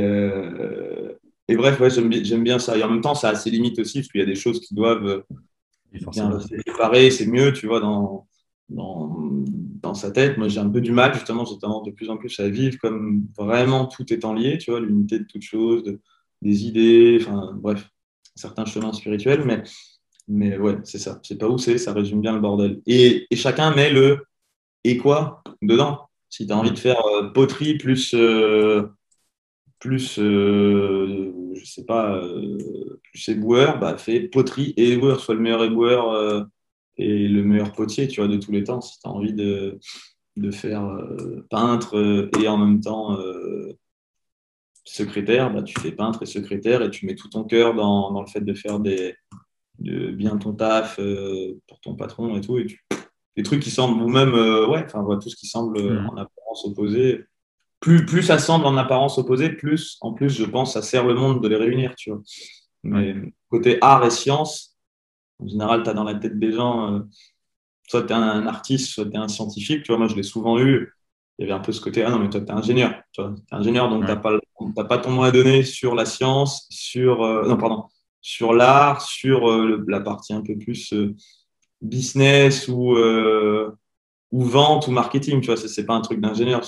bref, ouais, j'aime bien ça. Et en même temps, ça a ses limites aussi, parce qu'il y a des choses qui doivent oui, bien forcément. rester séparées, c'est mieux, tu vois, dans, dans sa tête. Moi, j'ai un peu du mal, justement, j'ai tendance de plus en plus à vivre comme vraiment tout étant lié, tu vois, l'unité de toute chose, des idées, enfin, bref, certains chemins spirituels, mais ouais, c'est ça. Je sais pas où c'est, ça résume bien le bordel. Et chacun met le et quoi dedans. Si tu as envie de Hmm, faire poterie plus je sais pas, plus éboueur, bah, fais poterie et éboueur, soit le meilleur éboueur et le meilleur potier, tu vois, de tous les temps. Si tu as envie de faire peintre et en même temps secrétaire, bah, tu fais peintre et secrétaire et tu mets tout ton cœur dans le fait de faire de bien ton taf pour ton patron et tout. Des trucs qui semblent, ou même, ouais, enfin, voilà, tout ce qui semble en hmm, apparence opposé. Plus ça semble en apparence opposé, plus, en plus, je pense, ça sert le monde de les réunir, tu vois. ouais. Mais côté art et science, en général, tu as dans la tête des gens, soit tu es un artiste, soit tu es un scientifique. Tu vois, moi, je l'ai souvent eu. Il y avait un peu ce côté, ah non, mais toi, tu es ingénieur. Tu es ingénieur, donc tu Ouais. n'as pas ton mot à donner sur la science, non, pardon, sur l'art, sur la partie un peu plus business ou vente ou marketing. Tu vois, c'est pas un truc d'ingénieur.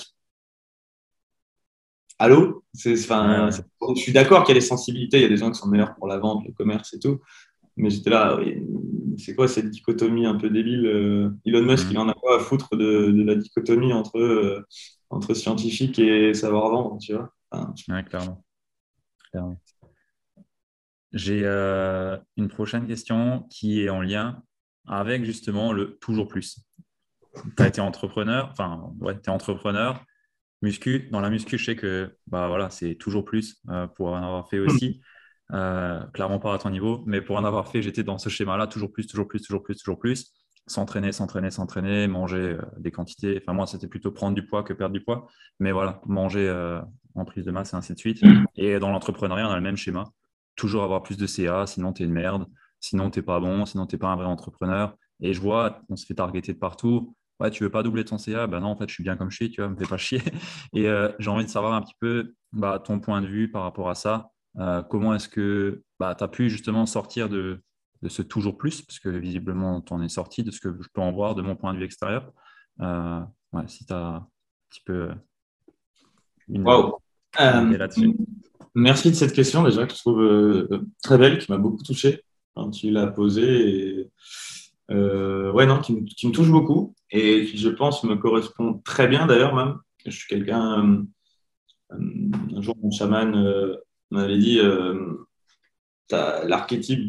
Allô? Ouais, Enfin, ouais. je suis d'accord qu'il y a des sensibilités, il y a des gens qui sont meilleurs pour la vente, le commerce et tout. Mais j'étais là, oui, c'est quoi cette dichotomie un peu débile? Elon Musk, il Hmm, en a quoi à foutre de la dichotomie entre scientifique et savoir-vendre, tu vois? Enfin, ouais, clairement, clairement. J'ai une prochaine question qui est en lien avec justement le toujours plus. Tu as été entrepreneur, enfin, ouais, tu es entrepreneur, muscu. Dans la muscu, je sais que bah, voilà, c'est toujours plus pour en avoir fait aussi. Clairement pas à ton niveau, mais pour en avoir fait, j'étais dans ce schéma-là, toujours plus, toujours plus, toujours plus, toujours plus. s'entraîner, manger des quantités. Enfin, moi, c'était plutôt prendre du poids que perdre du poids. Mais voilà, manger en prise de masse et ainsi de suite. Et dans l'entrepreneuriat, on a le même schéma. Toujours avoir plus de CA, sinon tu es une merde. Sinon, tu n'es pas bon. Sinon, tu n'es pas un vrai entrepreneur. Et je vois, on se fait targeter de partout. Ouais, tu veux pas doubler ton CA? Ben non, en fait, je suis bien comme je suis, tu vois, me fais pas chier. Et j'ai envie de savoir un petit peu ton point de vue par rapport à ça. Comment est-ce que tu as pu justement sortir de ce toujours plus, parce que visiblement, tu en es sorti de ce que je peux en voir de mon point de vue extérieur. Euh, ouais, si tu as un petit peu Waouh. une idée là-dessus. Merci de cette question déjà que je trouve très belle, qui m'a beaucoup touché quand tu l'as posée. Et, ouais, non, qui me touche beaucoup et qui, je pense, me correspond très bien d'ailleurs même. Je suis quelqu'un, un jour, mon chaman m'avait dit, t'as l'archétype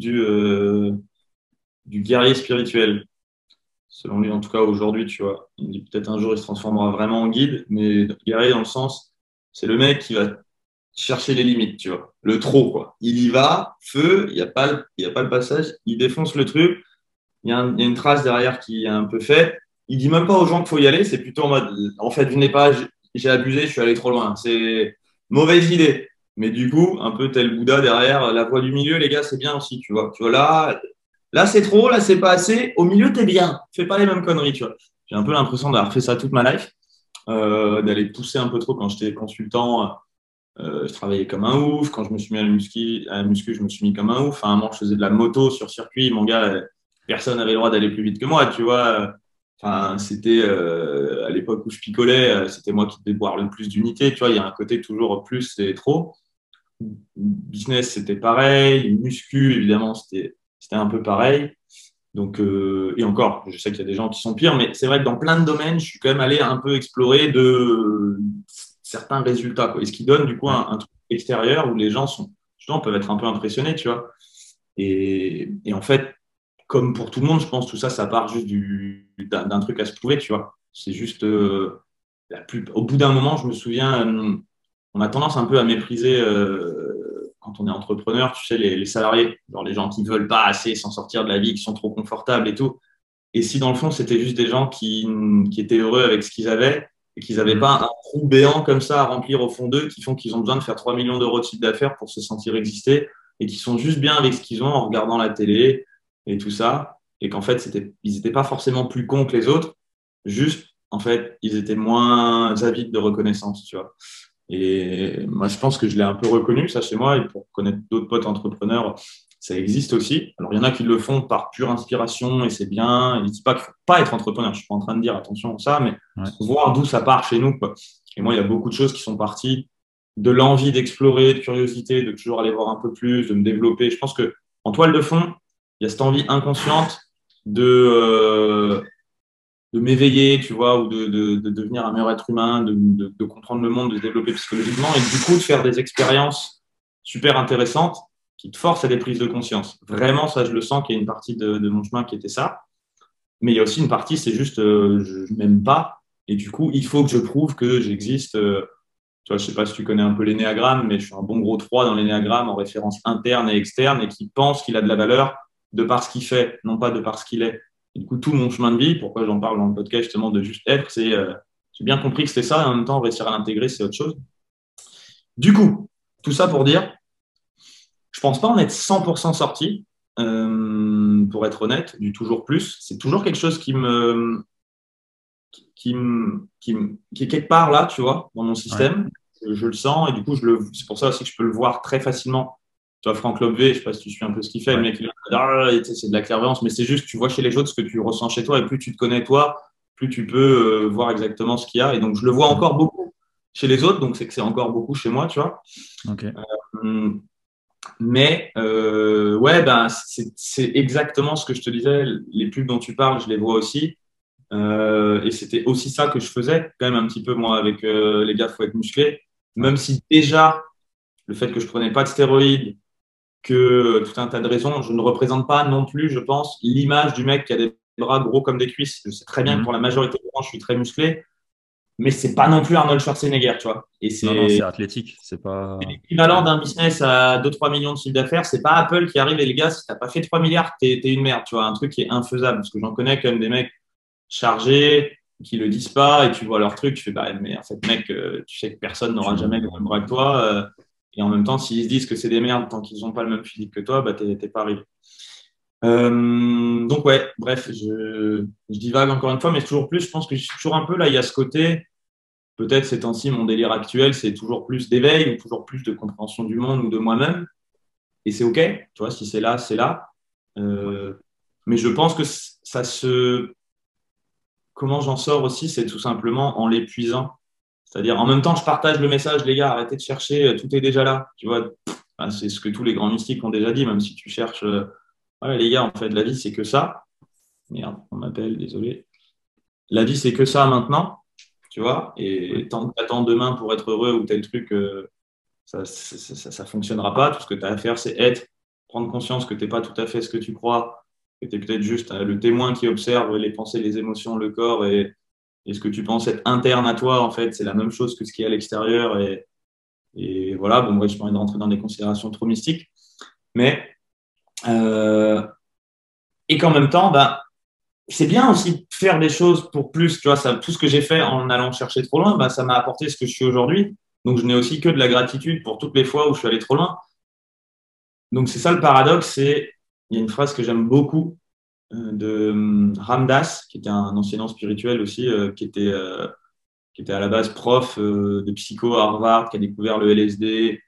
du guerrier spirituel. Selon lui, en tout cas aujourd'hui, tu vois. Il me dit peut-être un jour, il se transformera vraiment en guide, mais guerrier dans le sens, c'est le mec qui va chercher les limites, tu vois. Le trop, quoi. Il y va, feu, il y a pas le passage, il défonce le truc, il y a une trace derrière qui est un peu faite. Il dit même pas aux gens qu'il faut y aller, c'est plutôt en mode, en fait, venez pas, j'ai abusé, je suis allé trop loin. C'est mauvaise idée. Mais du coup, un peu tel Bouddha derrière, la voie du milieu, les gars, c'est bien aussi, tu vois. Tu vois, là c'est trop, là, c'est pas assez. Au milieu, t'es bien. Fais pas les mêmes conneries, tu vois. J'ai un peu l'impression d'avoir fait ça toute ma life, d'aller pousser un peu trop quand j'étais consultant. Je travaillais comme un ouf. Quand je me suis mis à la muscu, je me suis mis comme un ouf. Enfin, à un moment, je faisais de la moto sur circuit. Mon gars, personne n'avait le droit d'aller plus vite que moi, tu vois. Enfin, c'était à l'époque où je picolais, c'était moi qui devais boire le plus d'unités. Tu vois, il y a un côté toujours plus et trop. Business, c'était pareil. Muscu, évidemment, c'était un peu pareil. Donc, et encore, je sais qu'il y a des gens qui sont pires, mais c'est vrai que dans plein de domaines, je suis quand même allé un peu explorer de certains résultats, quoi. Et ce qui donne du coup Ouais. un truc extérieur où les gens peuvent être un peu impressionnés, tu vois. Et en fait, comme pour tout le monde, je pense que tout ça, ça part juste d'un truc à se prouver, tu vois. C'est juste, au bout d'un moment, je me souviens, on a tendance un peu à mépriser, quand on est entrepreneur, tu sais, les salariés, genre les gens qui veulent pas assez s'en sortir de la vie, qui sont trop confortables et tout. Et si dans le fond, c'était juste des gens qui étaient heureux avec ce qu'ils avaient et qu'ils n'avaient Mhm. pas un trou béant comme ça à remplir au fond d'eux qui font qu'ils ont besoin de faire 3 millions d'euros de chiffre d'affaires pour se sentir exister et qui sont juste bien avec ce qu'ils ont en regardant la télé et tout ça. Et qu'en fait, ils n'étaient pas forcément plus cons que les autres, juste, en fait, ils étaient moins avides de reconnaissance, tu vois. Et moi, je pense que je l'ai un peu reconnu, ça, chez moi. Et pour connaître d'autres potes entrepreneurs, ça existe aussi. Alors, il y en a qui le font par pure inspiration et c'est bien. Je ne dis pas qu'il ne faut pas être entrepreneur. Je ne suis pas en train de dire attention à ça, mais Ouais. voir d'où ça part chez nous, quoi. Et moi, il y a beaucoup de choses qui sont parties de l'envie d'explorer, de curiosité, de toujours aller voir un peu plus, de me développer. Je pense que en toile de fond, il y a cette envie inconsciente de m'éveiller, tu vois, ou de devenir un meilleur être humain, de comprendre le monde, de se développer psychologiquement et du coup de faire des expériences super intéressantes qui te forcent à des prises de conscience. Vraiment, ça, je le sens qu'il y a une partie de mon chemin qui était ça. Mais il y a aussi une partie, c'est juste, je m'aime pas. Et du coup, il faut que je prouve que j'existe. Tu vois, je sais pas si tu connais un peu l'énéagramme, mais je suis un bon gros 3 dans l'énéagramme en référence interne et externe et qui pense qu'il a de la valeur de par ce qu'il fait, non pas de par ce qu'il est. Et du coup, tout mon chemin de vie, pourquoi j'en parle dans le podcast justement de juste être, c'est j'ai bien compris que c'était ça et en même temps, réussir à l'intégrer, c'est autre chose. Du coup, tout ça pour dire, je pense pas en être 100% sorti, pour être honnête, du toujours plus. C'est toujours quelque chose qui est quelque part là, tu vois, dans mon Ouais. système. Je le sens et du coup, c'est pour ça aussi que je peux le voir très facilement. Tu vois, Franck Lobvé, je sais pas si tu suis un peu ce qu'il fait, le Ouais. mec, c'est de la clairvoyance, mais c'est juste, tu vois chez les autres ce que tu ressens chez toi et plus tu te connais toi, plus tu peux voir exactement ce qu'il y a. Et donc, je le vois Mhm. encore beaucoup chez les autres, donc c'est que c'est encore beaucoup chez moi, tu vois. Ok. Hum, Mais ouais, ben, c'est exactement ce que je te disais. Les pubs dont tu parles, je les vois aussi. Et c'était aussi ça que je faisais quand même un petit peu moi avec les gars, faut être musclé. Ouais. Même si déjà le fait que je prenais pas de stéroïdes, que tout un tas de raisons, je ne représente pas non plus, je pense, l'image du mec qui a des bras gros comme des cuisses. Je sais très bien que pour Mhm. la majorité des gens, je suis très musclé, mais c'est pas non plus Arnold Schwarzenegger, tu vois. Et Non, non, c'est c'est athlétique. C'est pas. l'équivalent d'un business à 2-3 millions de chiffre d'affaires. C'est pas Apple qui arrive et les gars, si t'as pas fait 3 milliards, t'es une merde, tu vois. Un truc qui est infaisable. Parce que j'en connais quand même des mecs chargés qui le disent pas et tu vois leur truc, tu fais bah mais en fait mec, tu sais que personne n'aura jamais le même bras que toi et en même temps s'ils se disent que c'est des merdes tant qu'ils n'ont pas le même physique que toi, bah t'es pas arrivé. Donc ouais, bref, je divague encore une fois, mais toujours plus, je pense que je suis toujours un peu là, il y a ce côté, peut-être ces temps-ci, mon délire actuel, c'est toujours plus d'éveil ou toujours plus de compréhension du monde ou de moi-même, et c'est OK, tu vois, si c'est là, c'est là. Euh, mais je pense que ça se comment j'en sors aussi, c'est tout simplement en l'épuisant. C'est-à-dire, en même temps, je partage le message, les gars, arrêtez de chercher, tout est déjà là. Tu vois, enfin, c'est ce que tous les grands mystiques ont déjà dit, même si tu cherches, voilà, les gars, en fait, la vie, c'est que ça. Merde, on m'appelle, désolé. La vie, c'est que ça maintenant, tu vois, et tant que tu attends demain pour être heureux ou tel truc, ça fonctionnera pas. Tout ce que tu as à faire, c'est être, prendre conscience que tu n'es pas tout à fait ce que tu crois, que tu es peut-être juste le témoin qui observe les pensées, les émotions, le corps et ce que tu penses être interne à toi, en fait, c'est la même chose que ce qui est à l'extérieur. Et voilà, bon, bref, je pas envie de rentrer dans des considérations trop mystiques. Mais, euh, et qu'en même temps, bah, c'est bien aussi de faire des choses pour plus. Tu vois, ça, tout ce que j'ai fait en allant chercher trop loin, bah, ça m'a apporté ce que je suis aujourd'hui. Donc, je n'ai aussi que de la gratitude pour toutes les fois où je suis allé trop loin. Donc, c'est ça le paradoxe. Il y a une phrase que j'aime beaucoup de Ramdas, qui était un enseignant spirituel aussi, qui était à la base prof de psycho à Harvard, qui a découvert le LSD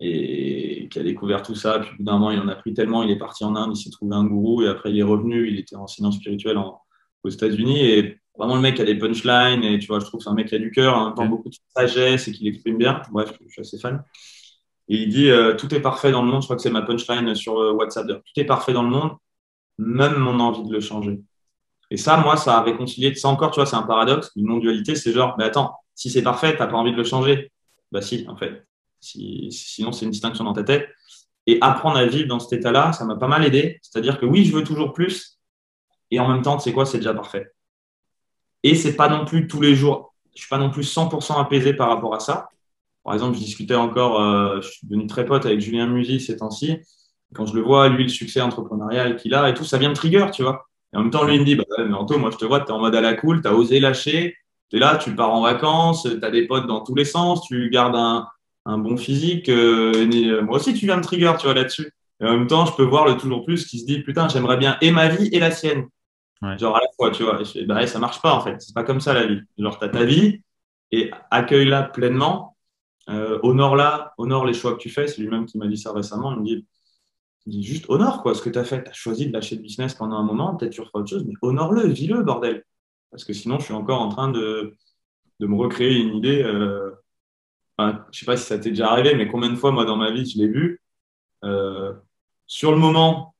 et qui a découvert tout ça. Puis, au bout d'un moment, il en a pris tellement, il est parti en Inde, il s'est trouvé un gourou et après, il est revenu. Il était enseignant spirituel aux États-Unis et vraiment, le mec a des punchlines et tu vois, je trouve que c'est un mec qui a du cœur, en même temps, Ok. beaucoup de sagesse et qui l'exprime bien. Bref, je suis assez fan. Et il dit tout est parfait dans le monde. Je crois que c'est ma punchline sur WhatsApp. D'ailleurs. Tout est parfait dans le monde, même mon envie de le changer. Et ça, moi, ça a réconcilié. Ça encore, tu vois, c'est un paradoxe, une non-dualité. C'est genre, mais attends, si c'est parfait, t'as pas envie de le changer. Bah si, en fait. Sinon, c'est une distinction dans ta tête. Et apprendre à vivre dans cet état-là, ça m'a pas mal aidé. C'est-à-dire que oui, je veux toujours plus. Et en même temps, tu sais quoi, c'est déjà parfait. Et c'est pas non plus tous les jours. Je suis pas non plus 100% apaisé par rapport à ça. Par exemple, je discutais encore, je suis devenu très pote avec Julien Musy ces temps-ci. Quand je le vois, lui, le succès entrepreneurial qu'il a et tout, ça vient me trigger, tu vois. Et en même temps, lui, il Ouais. me dit, bah, ouais, mais Anto, moi, je te vois, tu es en mode à la cool, tu as osé lâcher, tu es là, tu pars en vacances, tu as des potes dans tous les sens, tu gardes un bon physique. Moi aussi, tu viens me trigger, tu vois, là-dessus. Et en même temps, je peux voir le toujours plus qui se dit, putain, j'aimerais bien et ma vie et la sienne. Ouais. Genre à la fois, tu vois. Et je fais, bah, ouais, ça marche pas, en fait. C'est pas comme ça, la vie. Genre, tu as ta vie et accueille-la pleinement, honore-la, honore les choix que tu fais. C'est lui-même qui m'a dit ça récemment. Il me dit juste honore quoi, ce que tu as fait. Tu as choisi de lâcher le business pendant un moment, peut-être tu referas autre chose, mais honore-le, vis-le, bordel. Parce que sinon, je suis encore en train de me recréer une idée. Enfin, je sais pas si ça t'est déjà arrivé, mais combien de fois, moi, dans ma vie, je l'ai vu. Euh, sur le moment,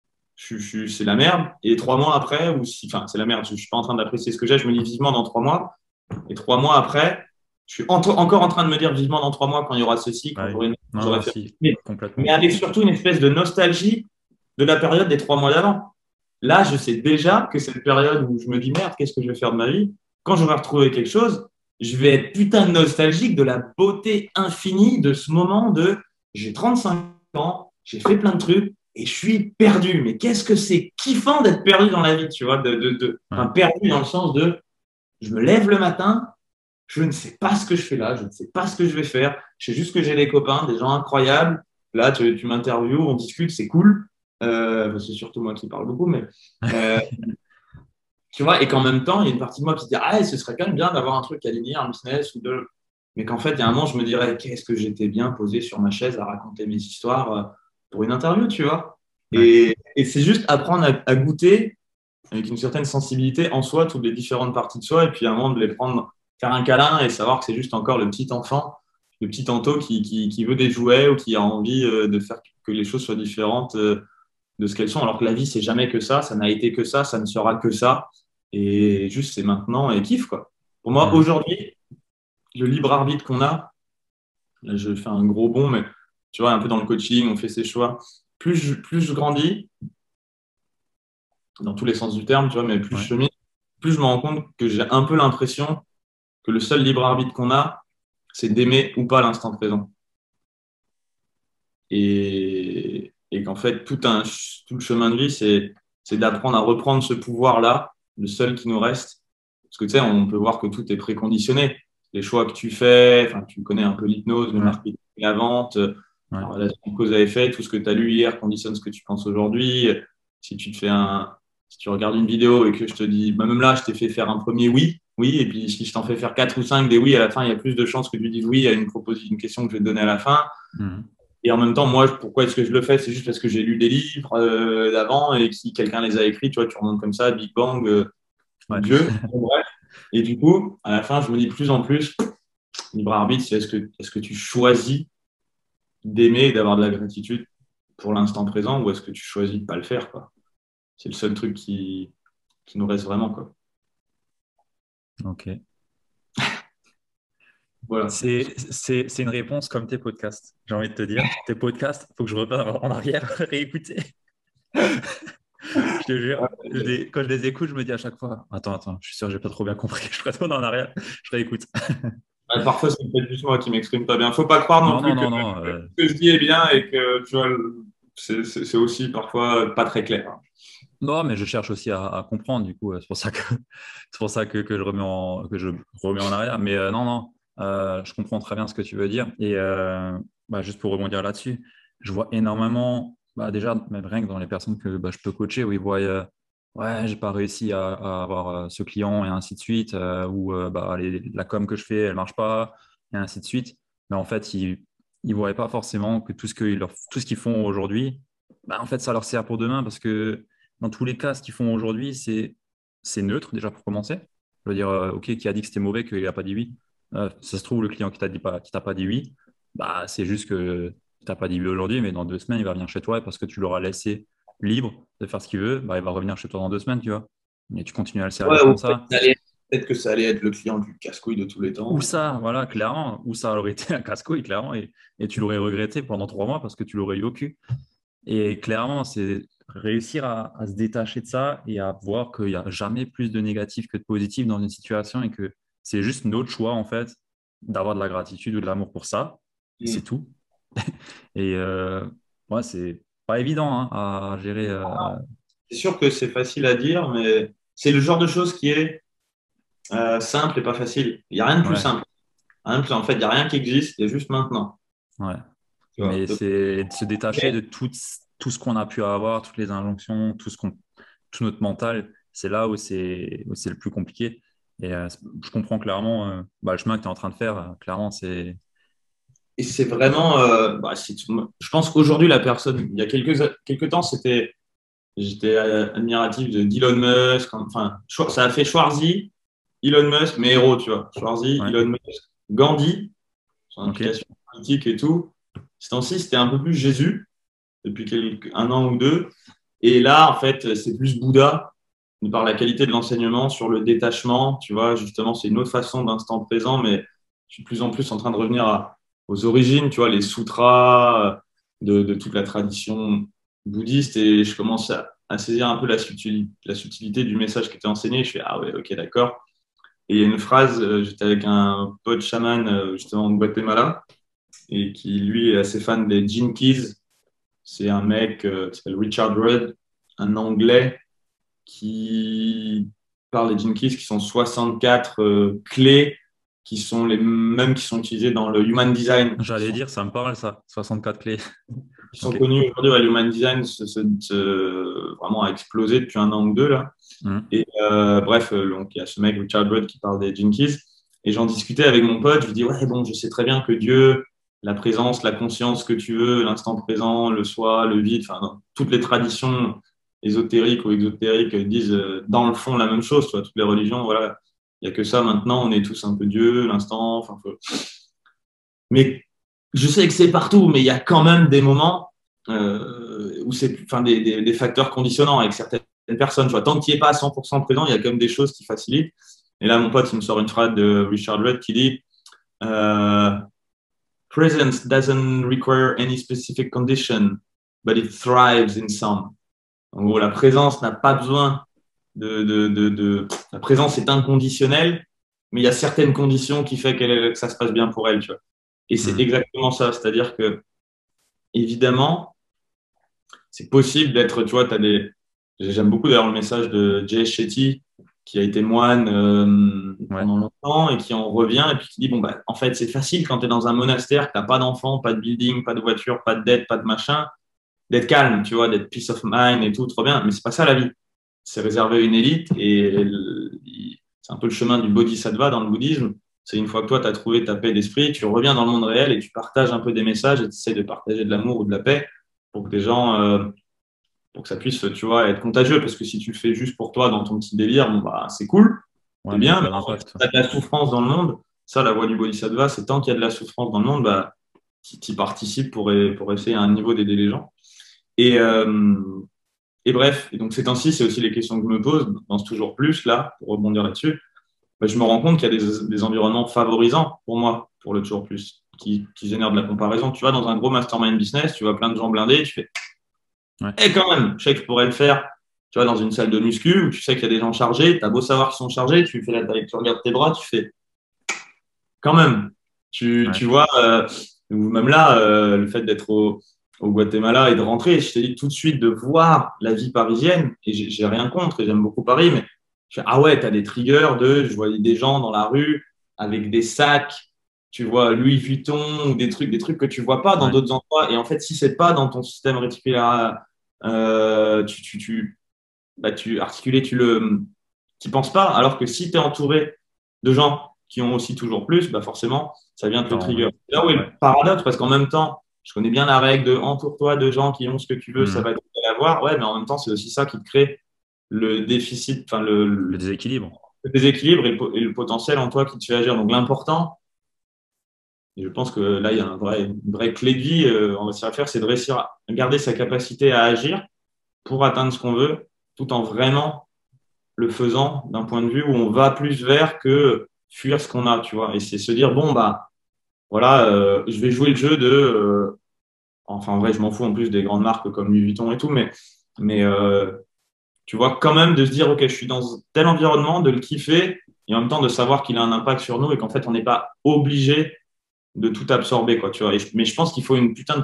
c'est la merde. Et 3 mois après, ou si, enfin, c'est la merde, je suis pas en train d'apprécier ce que j'ai, je me dis vivement dans 3 mois. Et 3 mois après, je suis encore en train de me dire vivement dans 3 mois quand il y aura ceci, quand Ouais. Non, j'aurai non, fait. si, Mais complètement. avec surtout une espèce de nostalgie de la période des 3 mois d'avant. Là, je sais déjà que cette période où je me dis merde, qu'est-ce que je vais faire de ma vie? Quand j'aurai retrouvé quelque chose, je vais être putain de nostalgique de la beauté infinie de ce moment de j'ai 35 ans, j'ai fait plein de trucs et je suis perdu. Mais qu'est-ce que c'est kiffant d'être perdu dans la vie, tu vois, enfin, Ouais. perdu dans le sens de je me lève le matin, je ne sais pas ce que je fais là, je ne sais pas ce que je vais faire. Je sais juste que j'ai des copains, des gens incroyables. Là, tu m'interviews, on discute, c'est cool. C'est surtout moi qui parle beaucoup, mais euh, tu vois, et qu'en même temps, il y a une partie de moi qui se dit ah, ce serait quand même bien d'avoir un truc aligné, un business ou deux. Mais qu'en fait, il y a un moment, je me dirais qu'est-ce que j'étais bien posé sur ma chaise à raconter mes histoires pour une interview, tu vois. Ouais. Et c'est juste apprendre à goûter avec une certaine sensibilité en soi, toutes les différentes parties de soi, et puis à un moment de les prendre, faire un câlin et savoir que c'est juste encore le petit enfant, le petit Anto qui veut des jouets ou qui a envie de faire que les choses soient différentes de ce qu'elles sont, alors que la vie, c'est jamais que ça n'a été que ça ne sera que ça, et juste c'est maintenant et kiffe, quoi. Pour moi, Mm. aujourd'hui, le libre arbitre qu'on a, là, je fais un gros bond, mais tu vois, un peu dans le coaching, on fait ses choix. Plus je grandis, dans tous les sens du terme, tu vois, mais plus je Ouais. chemine, plus je me rends compte que j'ai un peu l'impression que le seul libre arbitre qu'on a, c'est d'aimer ou pas l'instant présent. Et qu'en fait, tout le chemin de vie, c'est d'apprendre à reprendre ce pouvoir-là, le seul qui nous reste. Parce que tu sais, on peut voir que tout est préconditionné. Les choix que tu fais, enfin, tu connais un peu l'hypnose, le Ouais, marketing, la vente, ouais. la relation cause à effet, tout ce que tu as lu hier conditionne ce que tu penses aujourd'hui. Si tu te fais si tu regardes une vidéo et que je te dis, bah, même là, je t'ai fait faire un premier oui, oui, et puis si je t'en fais faire 4 ou 5 des oui à la fin, il y a plus de chances que tu dises oui à une question que je vais te donner à la fin. Mhm. Et en même temps, moi, pourquoi est-ce que je le fais? C'est juste parce que j'ai lu des livres d'avant et si quelqu'un les a écrits, tu vois, tu remontes comme ça, Big Bang, Ouais. Dieu. Bon, bref. Et du coup, à la fin, je me dis de plus en plus, libre arbitre, c'est est-ce que tu choisis d'aimer et d'avoir de la gratitude pour l'instant présent ou est-ce que tu choisis de pas le faire, quoi? C'est le seul truc qui nous reste vraiment, quoi. Ok. Voilà. C'est une réponse comme tes podcasts. J'ai envie de te dire, tes podcasts, il faut que je revienne en arrière, réécouter. Je te jure, quand je les écoute, je me dis à chaque fois, attends, je suis sûr que j'ai pas trop bien compris. Je retourne en arrière, je réécoute. Parfois, c'est peut-être juste moi qui m'exprime pas bien. Faut pas croire non Non, non, plus que non, non. ce que je dis est bien et que, tu vois, c'est aussi parfois pas très clair. Non, mais je cherche aussi à comprendre, du coup, c'est pour ça que c'est pour ça que je remets en arrière. Mais non, non, je comprends très bien ce que tu veux dire. Et bah, juste pour rebondir là-dessus, je vois énormément, bah, déjà, même rien que dans les personnes que bah, je peux coacher, où ils voient, ouais, j'ai pas réussi à avoir ce client et ainsi de suite, ou bah, la com que je fais, elle marche pas, et ainsi de suite. Mais en fait, ils voient pas forcément que tout ce qu'ils font aujourd'hui, bah, en fait, ça leur sert pour demain parce que dans tous les cas, ce qu'ils font aujourd'hui, c'est neutre déjà pour commencer. Je veux dire, OK, qui a dit que c'était mauvais, qu'il n'a pas dit oui. Ça se trouve, le client qui t'a pas dit oui, bah, c'est juste que tu n'as pas dit oui aujourd'hui, mais dans 2 semaines, il va venir chez toi et parce que tu l'auras laissé libre de faire ce qu'il veut, bah, il va revenir chez toi dans 2 semaines, tu vois. Et tu continues à le Ouais, servir comme ça. peut-être que ça allait être le client du casse-couille de tous les Ou temps. ça, voilà, clairement, ou ça aurait été un casse-couille, clairement, et tu l'aurais regretté pendant 3 mois parce que tu l'aurais eu au cul. Et clairement, c'est réussir à se détacher de ça et à voir qu'il n'y a jamais plus de négatif que de positif dans une situation et que c'est juste notre choix, en fait, d'avoir de la gratitude ou de l'amour pour ça. Et c'est Mm. tout. Et ouais, c'est pas évident hein, à gérer. C'est sûr que c'est facile à dire, mais c'est le genre de chose qui est simple et pas facile. Il n'y a rien de plus Ouais, simple. En fait, il n'y a rien qui existe, il y a juste maintenant. ouais. Tu vois. Mais c'est de se détacher de tout ce qu'on a pu avoir, toutes les injonctions, tout notre mental. C'est là où c'est le plus compliqué. Et je comprends clairement bah, le chemin que tu es en train de faire. Clairement, c'est. Et c'est vraiment, je pense qu'aujourd'hui, la personne, il y a quelques temps, j'étais admiratif de d'Elon Musk. Enfin, ça a fait Schwarzy, Elon Musk, mes héros, tu vois. Schwarzy, Ouais, Elon Musk, Gandhi, son ok. implication politique et tout. Ce temps-ci, c'était un peu plus Jésus, depuis un an ou deux. Et là, en fait, c'est plus Bouddha, par la qualité de l'enseignement sur le détachement. Tu vois, justement, c'est une autre façon d'instant présent, mais je suis de plus en plus en train de revenir aux origines, tu vois, les sutras de toute la tradition bouddhiste et je commence à saisir un peu la subtilité du message qui était enseigné. Je fais, ah ouais, ok, d'accord. Et il y a une phrase, j'étais avec un pote chaman justement au Guatemala et qui lui est assez fan des Gene Keys. C'est un mec qui s'appelle Richard Rudd, un Anglais qui parle des Gene Keys, qui sont 64 clés qui sont les mêmes qui sont utilisées dans le Human Design, J'allais dire, ça me parle, ça. 64 clés. qui sont Ok. connus aujourd'hui. Ouais, le Human Design vraiment a explosé depuis un an ou deux là. Mhm. Et bref, donc il y a ce mec Richard Rudd qui parle des Gene Keys. Et j'en discutais avec mon pote. Je lui dis ouais bon, je sais très bien que Dieu, la présence, la conscience que tu veux, l'instant présent, le soi, le vide, enfin toutes les traditions ésotériques ou exotériques disent dans le fond la même chose. Tu vois, toutes les religions, voilà, il y a que ça maintenant. On est tous un peu Dieu, l'instant. Enfin, mais je sais que c'est partout, mais il y a quand même des moments où c'est, enfin, des facteurs conditionnants avec certaines personnes. Tu vois, tant que tu n'y es pas à 100% présent, il y a quand même des choses qui facilitent. Et là, mon pote, il me sort une phrase de Richard Rudd qui dit Presence doesn't require any specific condition, but it thrives in some. En gros, la présence n'a pas besoin la présence est inconditionnelle, mais il y a certaines conditions qui fait que ça se passe bien pour elle, tu vois. Et c'est Mhm. exactement ça. C'est-à-dire que, évidemment, c'est possible d'être, tu vois, j'aime beaucoup d'ailleurs le message de Jay Shetty, qui a été moine Ouais. pendant longtemps et qui en revient et puis qui dit, bon, bah, en fait, c'est facile quand tu es dans un monastère, que tu n'as pas d'enfants, pas de building, pas de voiture, pas de dette, pas de machin, d'être calme, tu vois, d'être peace of mind et tout, trop bien. Mais c'est pas ça la vie. C'est réservé à une élite et c'est un peu le chemin du bodhisattva dans le bouddhisme. C'est une fois que toi, tu as trouvé ta paix d'esprit, tu reviens dans le monde réel et tu partages un peu des messages et tu essaies de partager de l'amour ou de la paix pour que des gens, pour que ça puisse, tu vois, être contagieux. Parce que si tu le fais juste pour toi dans ton petit délire, bon, bah, c'est cool, Ouais, c'est mais il n'y a bien, mais pas en fait, si d'impact. tu as de la souffrance dans le monde, ça, la voie du bodhisattva, c'est tant qu'il y a de la souffrance dans le monde, bah, tu participes pour essayer à un niveau d'aider les gens. Et, et bref, et donc ces temps-ci, c'est aussi les questions que je me pose dans ce toujours plus, là, pour rebondir là-dessus. Bah, je me rends compte qu'il y a des environnements favorisants pour moi, pour le toujours plus, qui génèrent de la comparaison. Tu vois, dans un gros mastermind business, tu vois plein de gens blindés, tu fais, Ouais. eh, quand même, je sais que je pourrais le faire, tu vois, dans une salle de muscu où tu sais qu'il y a des gens chargés, tu as beau savoir qu'ils sont chargés, tu fais tu regardes tes bras, tu fais, quand même, Ouais. tu vois, ou même là, le fait d'être au Guatemala et de rentrer, je t'ai dit tout de suite de voir la vie parisienne, et j'ai rien contre, et j'aime beaucoup Paris, mais je fais, ah ouais, t'as des triggers je voyais des gens dans la rue avec des sacs, tu vois, Louis Vuitton, ou des trucs que tu vois pas dans Ouais. d'autres endroits, et en fait, si c'est pas dans ton système réticulaire, bah, tu articulé, tu penses pas, alors que si tu es entouré de gens qui ont aussi toujours plus, bah forcément, ça vient te T'as le trigger. envie. C'est là où est le Ouais. paradoxe, parce qu'en même temps, je connais bien la règle de entoure-toi de gens qui ont ce que tu veux, ça Mhm. va être à avoir. Ouais, mais en même temps, c'est aussi ça qui te crée le déficit, enfin Le déséquilibre. le déséquilibre et le potentiel en toi qui te fait agir. Donc l'important, et je pense que là, il y a une vraie clé de vie, on va s'y refaire, c'est de réussir à garder sa capacité à agir pour atteindre ce qu'on veut, tout en vraiment le faisant d'un point de vue où on va plus vers que fuir ce qu'on a, tu vois. Et c'est se dire, bon, bah, voilà, je vais jouer le jeu enfin, en vrai, je m'en fous en plus des grandes marques comme Louis Vuitton et tout, mais tu vois, quand même de se dire, OK, je suis dans tel environnement, de le kiffer et en même temps de savoir qu'il a un impact sur nous et qu'en fait, on n'est pas obligé de tout absorber, quoi, tu vois. Mais je pense qu'il faut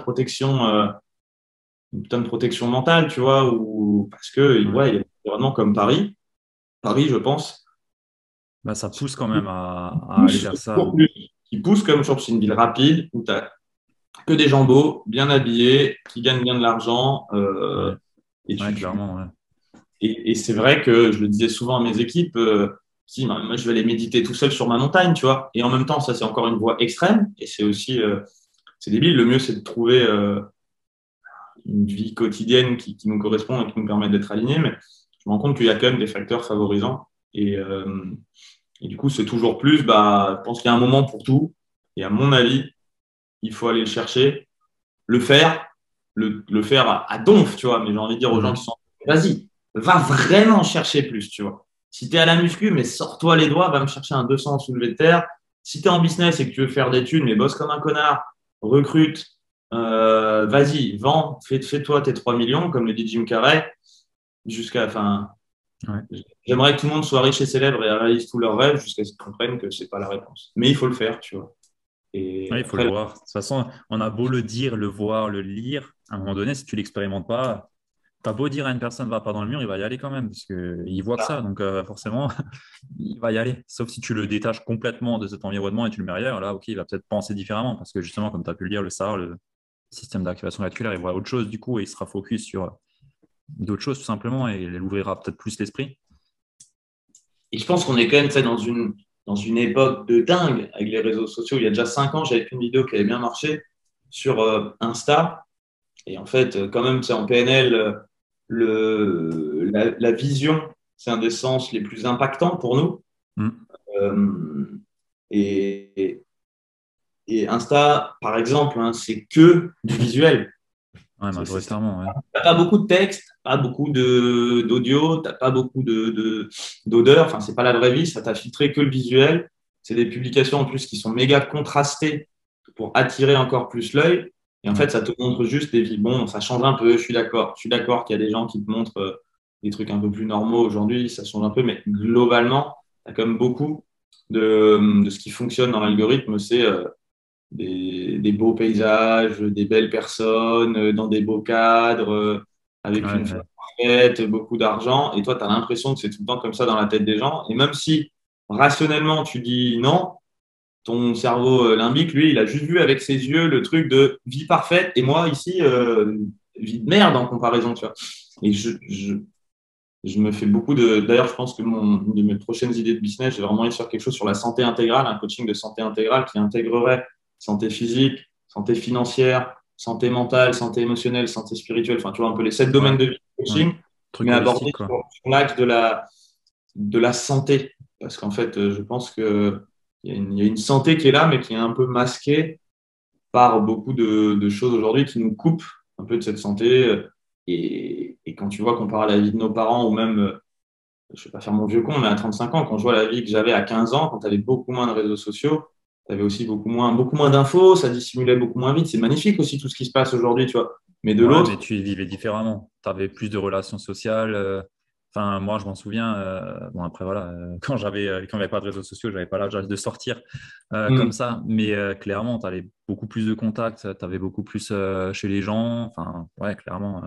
une putain de protection mentale, tu vois, parce que, Ouais. ouais, il y a des environnements comme Paris, je pense, Bah, ça pousse quand même à aller pousse vers ça. toujours plus, qui pousse comme je trouve c'est une ville rapide où tu n'as que des gens beaux, bien habillés, qui gagnent bien de l'argent. Ouais. Et, Ouais, clairement, ouais. et c'est vrai que je le disais souvent à mes équipes, si moi je vais aller méditer tout seul sur ma montagne, tu vois. Et en même temps, ça c'est encore une voie extrême et c'est aussi c'est débile. Le mieux c'est de trouver une vie quotidienne qui nous correspond et qui nous permet d'être alignés. Mais je me rends compte qu'il y a quand même des facteurs favorisants. Et du coup, c'est toujours plus, bah, je pense qu'il y a un moment pour tout. Et à mon avis, il faut aller le chercher, le faire, le faire à donf, tu vois. Mais j'ai envie de dire aux gens qui Mhm. sont, vas-y, va vraiment chercher plus, tu vois. Si tu es à la muscu, mais sors-toi les doigts, va me chercher un 200 en soulevé de terre. Si tu es en business et que tu veux faire des thunes, mais bosse comme un connard, recrute, vas-y, vends, fais-toi tes 3 millions, comme le dit Jim Carrey, enfin, Ouais. j'aimerais que tout le monde soit riche et célèbre et réalise tous leurs rêves jusqu'à ce qu'ils comprennent que c'est pas la réponse. Mais il faut le faire, tu vois. Et Ouais, il faut le après, voir. De toute façon, on a beau le dire, le voir, le lire, à un moment donné, si tu l'expérimentes pas, t'as beau dire à une personne va pas dans le mur, il va y aller quand même, parce que il voit que ça, donc forcément, il va y aller. Sauf si tu le détaches complètement de cet environnement et tu le mets ailleurs, là, ok, il va peut-être penser différemment, parce que justement, comme tu as pu le dire, le SAR, le système d'activation réticulaire, il voit autre chose du coup, et il sera focus sur d'autres choses tout simplement, et il ouvrira peut-être plus l'esprit. et je pense qu'on est quand même dans une époque de dingue avec les réseaux sociaux. Il y a déjà 5 ans, j'avais fait une vidéo qui avait bien marché sur Insta. Et en fait, quand même, c'est en PNL, la vision, c'est un des sens les plus impactants pour nous. Mm. Euh, et, et Insta, par exemple, hein, c'est que du visuel. Ouais, C'est majoritairement, ouais. T'as pas beaucoup de texte, pas beaucoup d'audio, t'as pas beaucoup d'odeur. Enfin, c'est pas la vraie vie. Ça t'a filtré que le visuel. C'est des publications en plus qui sont méga contrastées pour attirer encore plus l'œil. Et en Ouais. fait, ça te montre juste des vies. Bon, ça change un peu. Je suis d'accord. Je suis d'accord qu'il y a des gens qui te montrent des trucs un peu plus normaux aujourd'hui. Ça change un peu, mais globalement, t'as quand même beaucoup. de ce qui fonctionne dans l'algorithme, c'est des beaux paysages, des belles personnes, dans des beaux cadres, avec Ouais, une femme ouais. parfaite, beaucoup d'argent. Et toi, tu as l'impression que c'est tout le temps comme ça dans la tête des gens. Et même si rationnellement, tu dis non, ton cerveau limbique, lui, il a juste vu avec ses yeux le truc de vie parfaite. Et moi, ici, vie de merde en comparaison, tu vois. Et je me fais beaucoup de. D'ailleurs, je pense que une de mes prochaines idées de business, j'ai vraiment envie de faire quelque chose sur la santé intégrale, un coaching de santé intégrale qui intégrerait santé physique, santé financière, santé mentale, santé émotionnelle, santé spirituelle. Enfin, tu vois, un peu les 7 domaines Ouais, de vie de ouais. coaching, Truc mais abordés holistique, quoi. sur l'axe de la santé. Parce qu'en fait, je pense qu'il y a une santé qui est là, mais qui est un peu masquée par beaucoup de choses aujourd'hui qui nous coupent un peu de cette santé. Et quand tu vois, comparé à la vie de nos parents ou même je ne vais pas faire mon vieux con, mais à 35 ans, quand je vois la vie que j'avais à 15 ans, quand tu avais beaucoup moins de réseaux sociaux, tu avais aussi beaucoup moins d'infos, ça dissimulait beaucoup moins vite. C'est magnifique aussi tout ce qui se passe aujourd'hui, tu vois. Mais de Ouais, mais l'autre, tu vivais différemment. Tu avais plus de relations sociales. Enfin, moi, je m'en souviens. Bon, après, voilà, quand j'avais pas de réseaux sociaux, j'avais pas l'âge de sortir comme hmm, ça. Mais clairement, tu avais beaucoup plus de contacts. Tu avais beaucoup plus chez les gens. Enfin, ouais, clairement,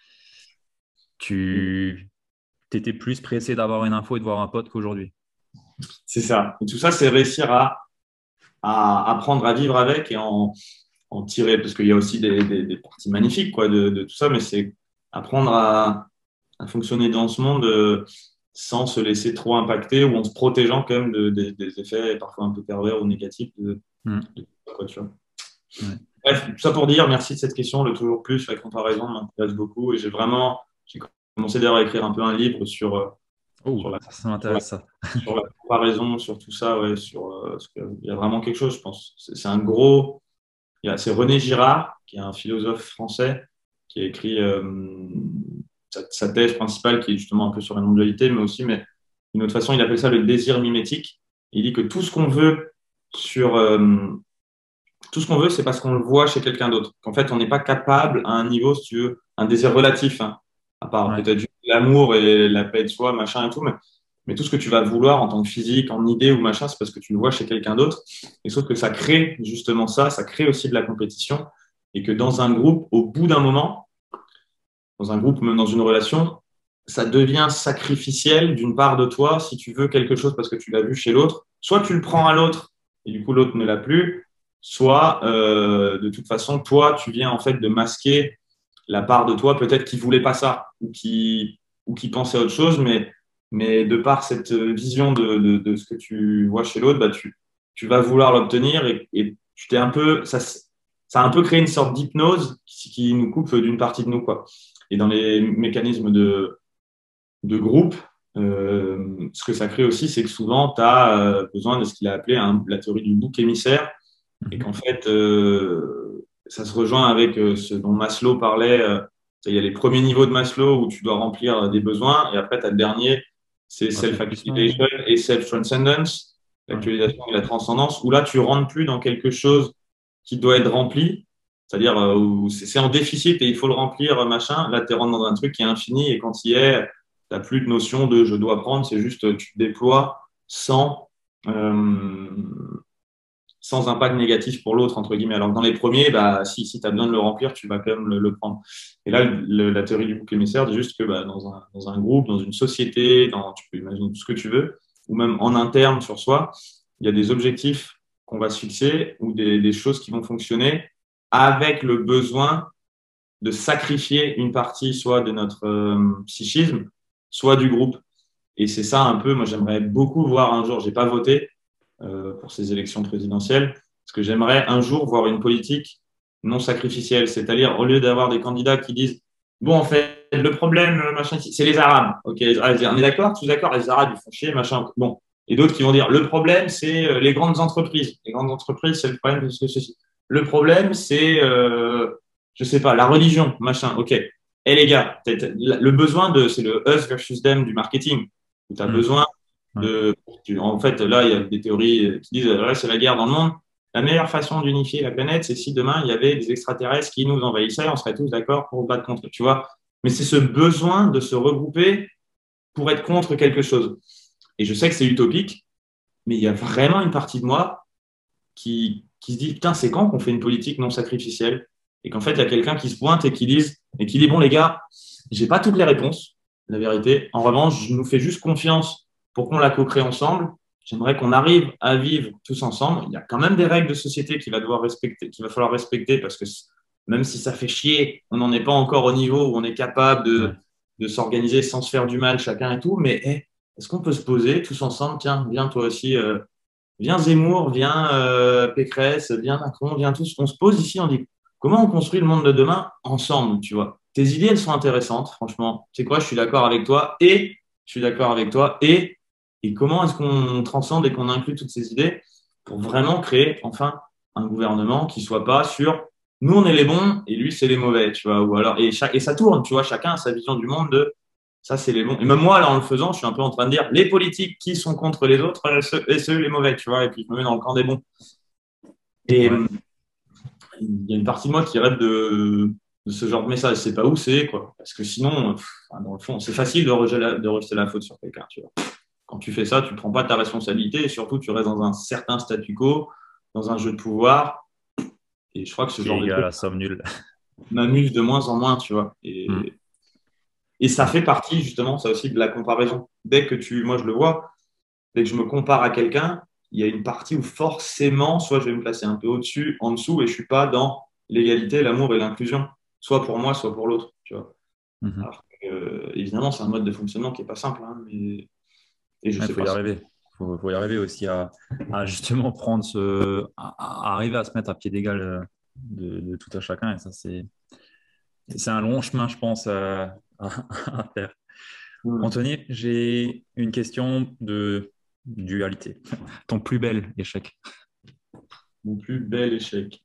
tu étais plus pressé d'avoir une info et de voir un pote qu'aujourd'hui. c'est ça. Et tout ça, c'est réussir à apprendre à vivre avec et en tirer, parce qu'il y a aussi des parties magnifiques quoi, de tout ça, mais c'est apprendre à fonctionner dans ce monde sans se laisser trop impacter ou en se protégeant quand même des effets parfois un peu pervers ou négatifs Hmm. de quoi, tu vois. Ouais. Bref, tout ça pour dire merci de cette question. Le toujours plus, la comparaison m'intéresse beaucoup et j'ai commencé d'ailleurs à écrire un peu un livre Oh, sur la, ça sur la, m'intéresse ça. sur la comparaison, sur tout ça, ouais, parce qu'il y a vraiment quelque chose, je pense. C'est un gros. C'est René Girard, qui est un philosophe français, qui a écrit sa thèse principale, qui est justement un peu sur la non-dualité, mais d'une autre façon, il appelle ça le désir mimétique. Il dit que sur tout ce qu'on veut, c'est parce qu'on le voit chez quelqu'un d'autre. Qu'en fait, on n'est pas capable à un niveau, si tu veux, un désir relatif, hein, à part Ouais. peut-être juste l'amour et la paix de soi, machin et tout, mais tout ce que tu vas vouloir en tant que physique, en idée ou machin, c'est parce que tu le vois chez quelqu'un d'autre. Et sauf que ça crée justement ça crée aussi de la compétition. Et que dans un groupe, au bout d'un moment, dans un groupe ou même dans une relation, ça devient sacrificiel d'une part de toi si tu veux quelque chose parce que tu l'as vu chez l'autre. Soit tu le prends à l'autre et du coup l'autre ne l'a plus, soit de toute façon, toi, tu viens en fait de masquer la part de toi peut-être qui voulait pas ça ou qui pensait autre chose, mais de par cette vision de ce que tu vois chez l'autre, bah, tu vas vouloir l'obtenir et tu t'es un peu, ça a un peu créé une sorte d'hypnose qui nous coupe d'une partie de nous, quoi. Et dans les mécanismes de groupe, ce que ça crée aussi, c'est que souvent, tu as besoin de ce qu'il a appelé la théorie du bouc émissaire, et qu'en Mhm. fait, ça se rejoint avec ce dont Maslow parlait. Il y a les premiers niveaux de Maslow où tu dois remplir des besoins, et après, tu as le dernier, c'est L'accomplissement. self-actualization et self-transcendence, Ouais. l'actualisation et la transcendance, où là, tu rentres plus dans quelque chose qui doit être rempli, c'est-à-dire où c'est en déficit et il faut le remplir, machin. Là, tu rentres dans un truc qui est infini, et quand il est, tu n'as plus de notion de je dois prendre, c'est juste tu te déploies sans. Euh, sans impact négatif pour l'autre, entre guillemets. Alors que dans les premiers, bah, si tu as besoin de le remplir, tu vas quand même le prendre. Et là, la théorie du bouc émissaire dit juste que bah, dans un groupe, dans une société, tu peux imaginer tout ce que tu veux, ou même en interne sur soi, il y a des objectifs qu'on va se fixer ou des choses qui vont fonctionner avec le besoin de sacrifier une partie soit de notre psychisme, soit du groupe. Et c'est ça un peu, moi j'aimerais beaucoup voir un jour, j'ai pas voté, pour ces élections présidentielles, parce que j'aimerais un jour voir une politique non sacrificielle, c'est-à-dire au lieu d'avoir des candidats qui disent bon en fait le problème machin c'est les Arabes, ok, on est d'accord, tous d'accord, les Arabes ils font chier machin, bon, et d'autres qui vont dire le problème c'est les grandes entreprises, c'est le problème de ceci, le problème c'est je sais pas la religion machin, ok, et les gars, le besoin c'est le us versus them du marketing, où tu as Hmm. besoin Ouais. en fait, là, il y a des théories qui disent ouais, c'est la guerre dans le monde. La meilleure façon d'unifier la planète, c'est si demain il y avait des extraterrestres qui nous envahissaient, on serait tous d'accord pour se battre contre, tu vois. Mais c'est ce besoin de se regrouper pour être contre quelque chose. Et je sais que c'est utopique, Mais il y a vraiment une partie de moi qui se dit, putain, c'est quand qu'on fait une politique non sacrificielle? Et qu'en fait, il y a quelqu'un qui se pointe et qui dit, bon, les gars, j'ai pas toutes les réponses, la vérité. En revanche, je nous fais juste confiance pour qu'on la co-crée ensemble. J'aimerais qu'on arrive à vivre tous ensemble. Il y a quand même des règles de société qu'il va devoir respecter, qu'il va falloir respecter parce que même si ça fait chier, on n'en est pas encore au niveau où on est capable Ouais. de s'organiser sans se faire du mal chacun et tout. Mais est-ce qu'on peut se poser tous ensemble? Tiens, viens toi aussi, viens Zemmour, viens Pécresse, viens Macron, viens tous. On se pose ici, on dit comment on construit le monde de demain ensemble, tu vois. Tes idées, elles sont intéressantes, franchement. C'est quoi, je suis d'accord avec toi et je suis d'accord avec toi et comment est-ce qu'on transcende et qu'on inclut toutes ces idées pour vraiment créer enfin un gouvernement qui soit pas sur nous on est les bons et lui c'est les mauvais, tu vois. Ou alors et ça tourne, tu vois. Chacun a sa vision du monde de ça, c'est les bons. Et même moi, là, en le faisant, je suis un peu en train de dire les politiques qui sont contre les autres et ceux les mauvais, tu vois. Et puis, je me mets dans le camp des bons. Et Ouais. il y a une partie de moi qui rêve de ce genre de message. C'est pas où c'est, quoi. Parce que sinon, dans le fond, c'est facile de rejeter la faute sur quelqu'un, tu vois. Quand tu fais ça, tu prends pas ta responsabilité et surtout, tu restes dans un certain statu quo, dans un jeu de pouvoir. Et je crois que ce Qui est genre de égal truc à somme nulle. m'amuse de moins en moins, tu vois. Hmm. Et ça Ouais. fait partie, justement, ça aussi, de la comparaison. Dès que moi, je le vois, dès que je me compare à quelqu'un, il y a une partie où forcément, soit je vais me placer un peu au-dessus, en dessous, et je suis pas dans l'égalité, l'amour et l'inclusion, soit pour moi, soit pour l'autre. Tu vois. Mhm. Alors que, évidemment, c'est un mode de fonctionnement qui est pas simple, hein, et je Il sais faut pas. y arriver. Faut y arriver aussi à justement prendre à arriver à se mettre à pied d'égal de tout à chacun. Et ça, c'est un long chemin, je pense, à faire. Hmm. Anthony, j'ai une question de dualité. Ton plus bel échec. Mon plus bel échec.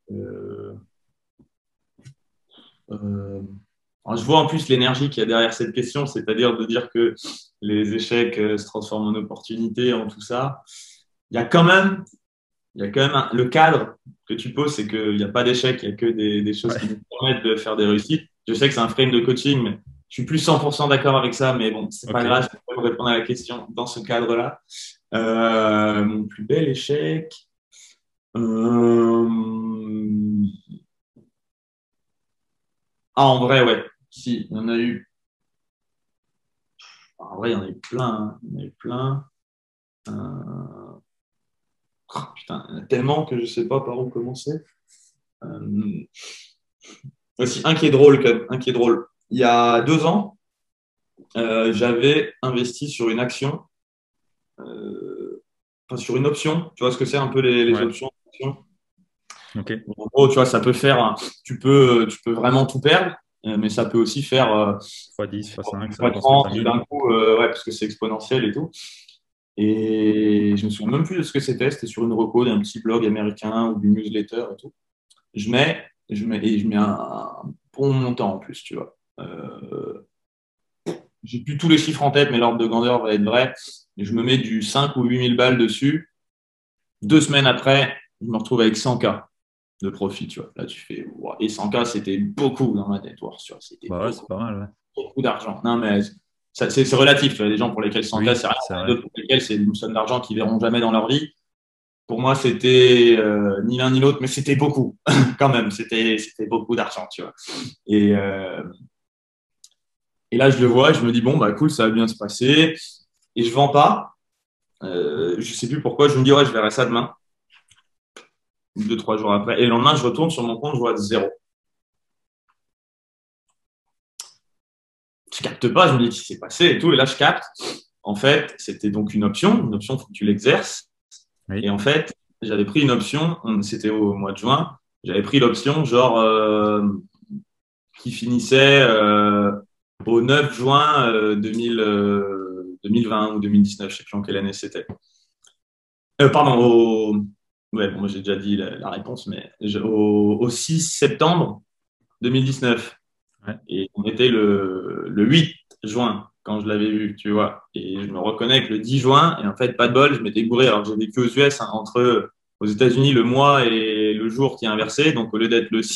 Euh, alors, je vois en plus l'énergie qu'il y a derrière cette question, c'est-à-dire de dire que les échecs se transforment en opportunités, en tout ça. Il y a quand même le cadre que tu poses, c'est qu'il n'y a pas d'échec, il n'y a que des choses qui Ouais. nous permettent de faire des réussites. Je sais que c'est un frame de coaching, mais je suis plus 100% d'accord avec ça, mais bon, c'est pas Ok. grave, je peux répondre à la question dans ce cadre-là. Mon plus bel échec. Euh... Ah, en vrai, ouais. Si, il y en a eu. En vrai, il y en a eu plein, hein. Il y en a eu plein. Putain, il y en a tellement que je sais pas par où commencer. Euh... Aussi, un qui est drôle, quand même, un qui est drôle. Il y a 2 ans, j'avais investi sur une action, enfin sur une option. Tu vois ce que c'est un peu les Ouais. options? Ok. En gros, tu vois, ça peut faire, tu peux vraiment tout perdre, mais ça peut aussi faire Fois 10, fois 5, ça fois dépend ce que tu 30 as mis. d'un coup, ouais, parce que c'est exponentiel et tout. Et je me souviens même plus de ce que c'était. C'était sur une reco d'un petit blog américain ou du newsletter et tout. Et je mets un bon montant en plus, tu vois. J'ai plus tous les chiffres en tête, mais l'ordre de grandeur va être vrai. Et je me mets du 5 ou 8 000 balles dessus. 2 semaines après, je me retrouve avec 100K de profit, tu vois. Là, tu fais, wow. Et 100K, c'était beaucoup dans ma network, tu vois. C'était Bah ouais, c'est beaucoup, pas mal, ouais. beaucoup d'argent. Non, mais c'est relatif. Tu vois. Les gens pour lesquels 100K, c'est Oui, rien. c'est Il y en a vrai. d'autres pour lesquels c'est une somme d'argent qu'ils verront jamais dans leur vie. Pour moi, c'était ni l'un ni l'autre, mais c'était beaucoup quand même. C'était beaucoup d'argent, tu vois. Et, euh, et là, je le vois, et je me dis bon, bah cool, ça va bien se passer. Et je vends pas. Je sais plus pourquoi. Je me dis ouais, je verrai ça demain, 2, 3 jours après. Et le lendemain, je retourne sur mon compte, je vois zéro. Je capte pas. Je me dis qu'est-ce qui s'est passé et tout. Et là, je capte. En fait, c'était donc une option. Une option, faut que tu l'exerces. Et Oui. en fait, j'avais pris une option. C'était au mois de juin. J'avais pris l'option genre qui finissait au 9 juin 2020 ou 2019, je ne sais plus en quelle année c'était. Pardon, ouais, bon, moi j'ai déjà dit la réponse, mais au 6 septembre 2019. Ouais. Et on était le 8 juin quand je l'avais vu, tu vois. Et je me reconnais que le 10 juin, et en fait, pas de bol, je m'étais gouré alors que j'ai vécu aux US, hein, aux États-Unis, le mois et le jour qui est inversé. Donc, au lieu d'être le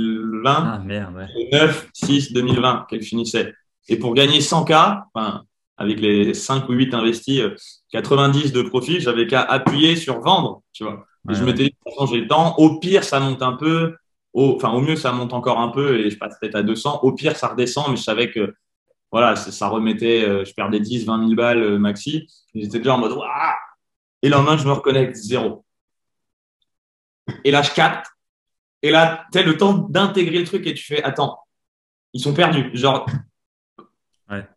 6-9-2020, Ah merde, ouais. le 9-6-2020 qu'elle finissait. Et pour gagner 100K, enfin, avec les 5 ou 8 investis, 90 de profit, j'avais qu'à appuyer sur vendre, tu vois. Et je Ouais, ouais. m'étais dit, de toute façon, j'ai le temps. Au pire, ça monte un peu. Enfin, au mieux, ça monte encore un peu et je passe peut-être à 200. Au pire, ça redescend, mais je savais que voilà, ça remettait, je perdais 10, 20 000 balles maxi. Et j'étais déjà en mode, waouh. Et le lendemain, je me reconnecte, zéro. Et là, je capte. Et là, tu as le temps d'intégrer le truc et tu fais, attends, ils sont perdus. Genre, Ouais.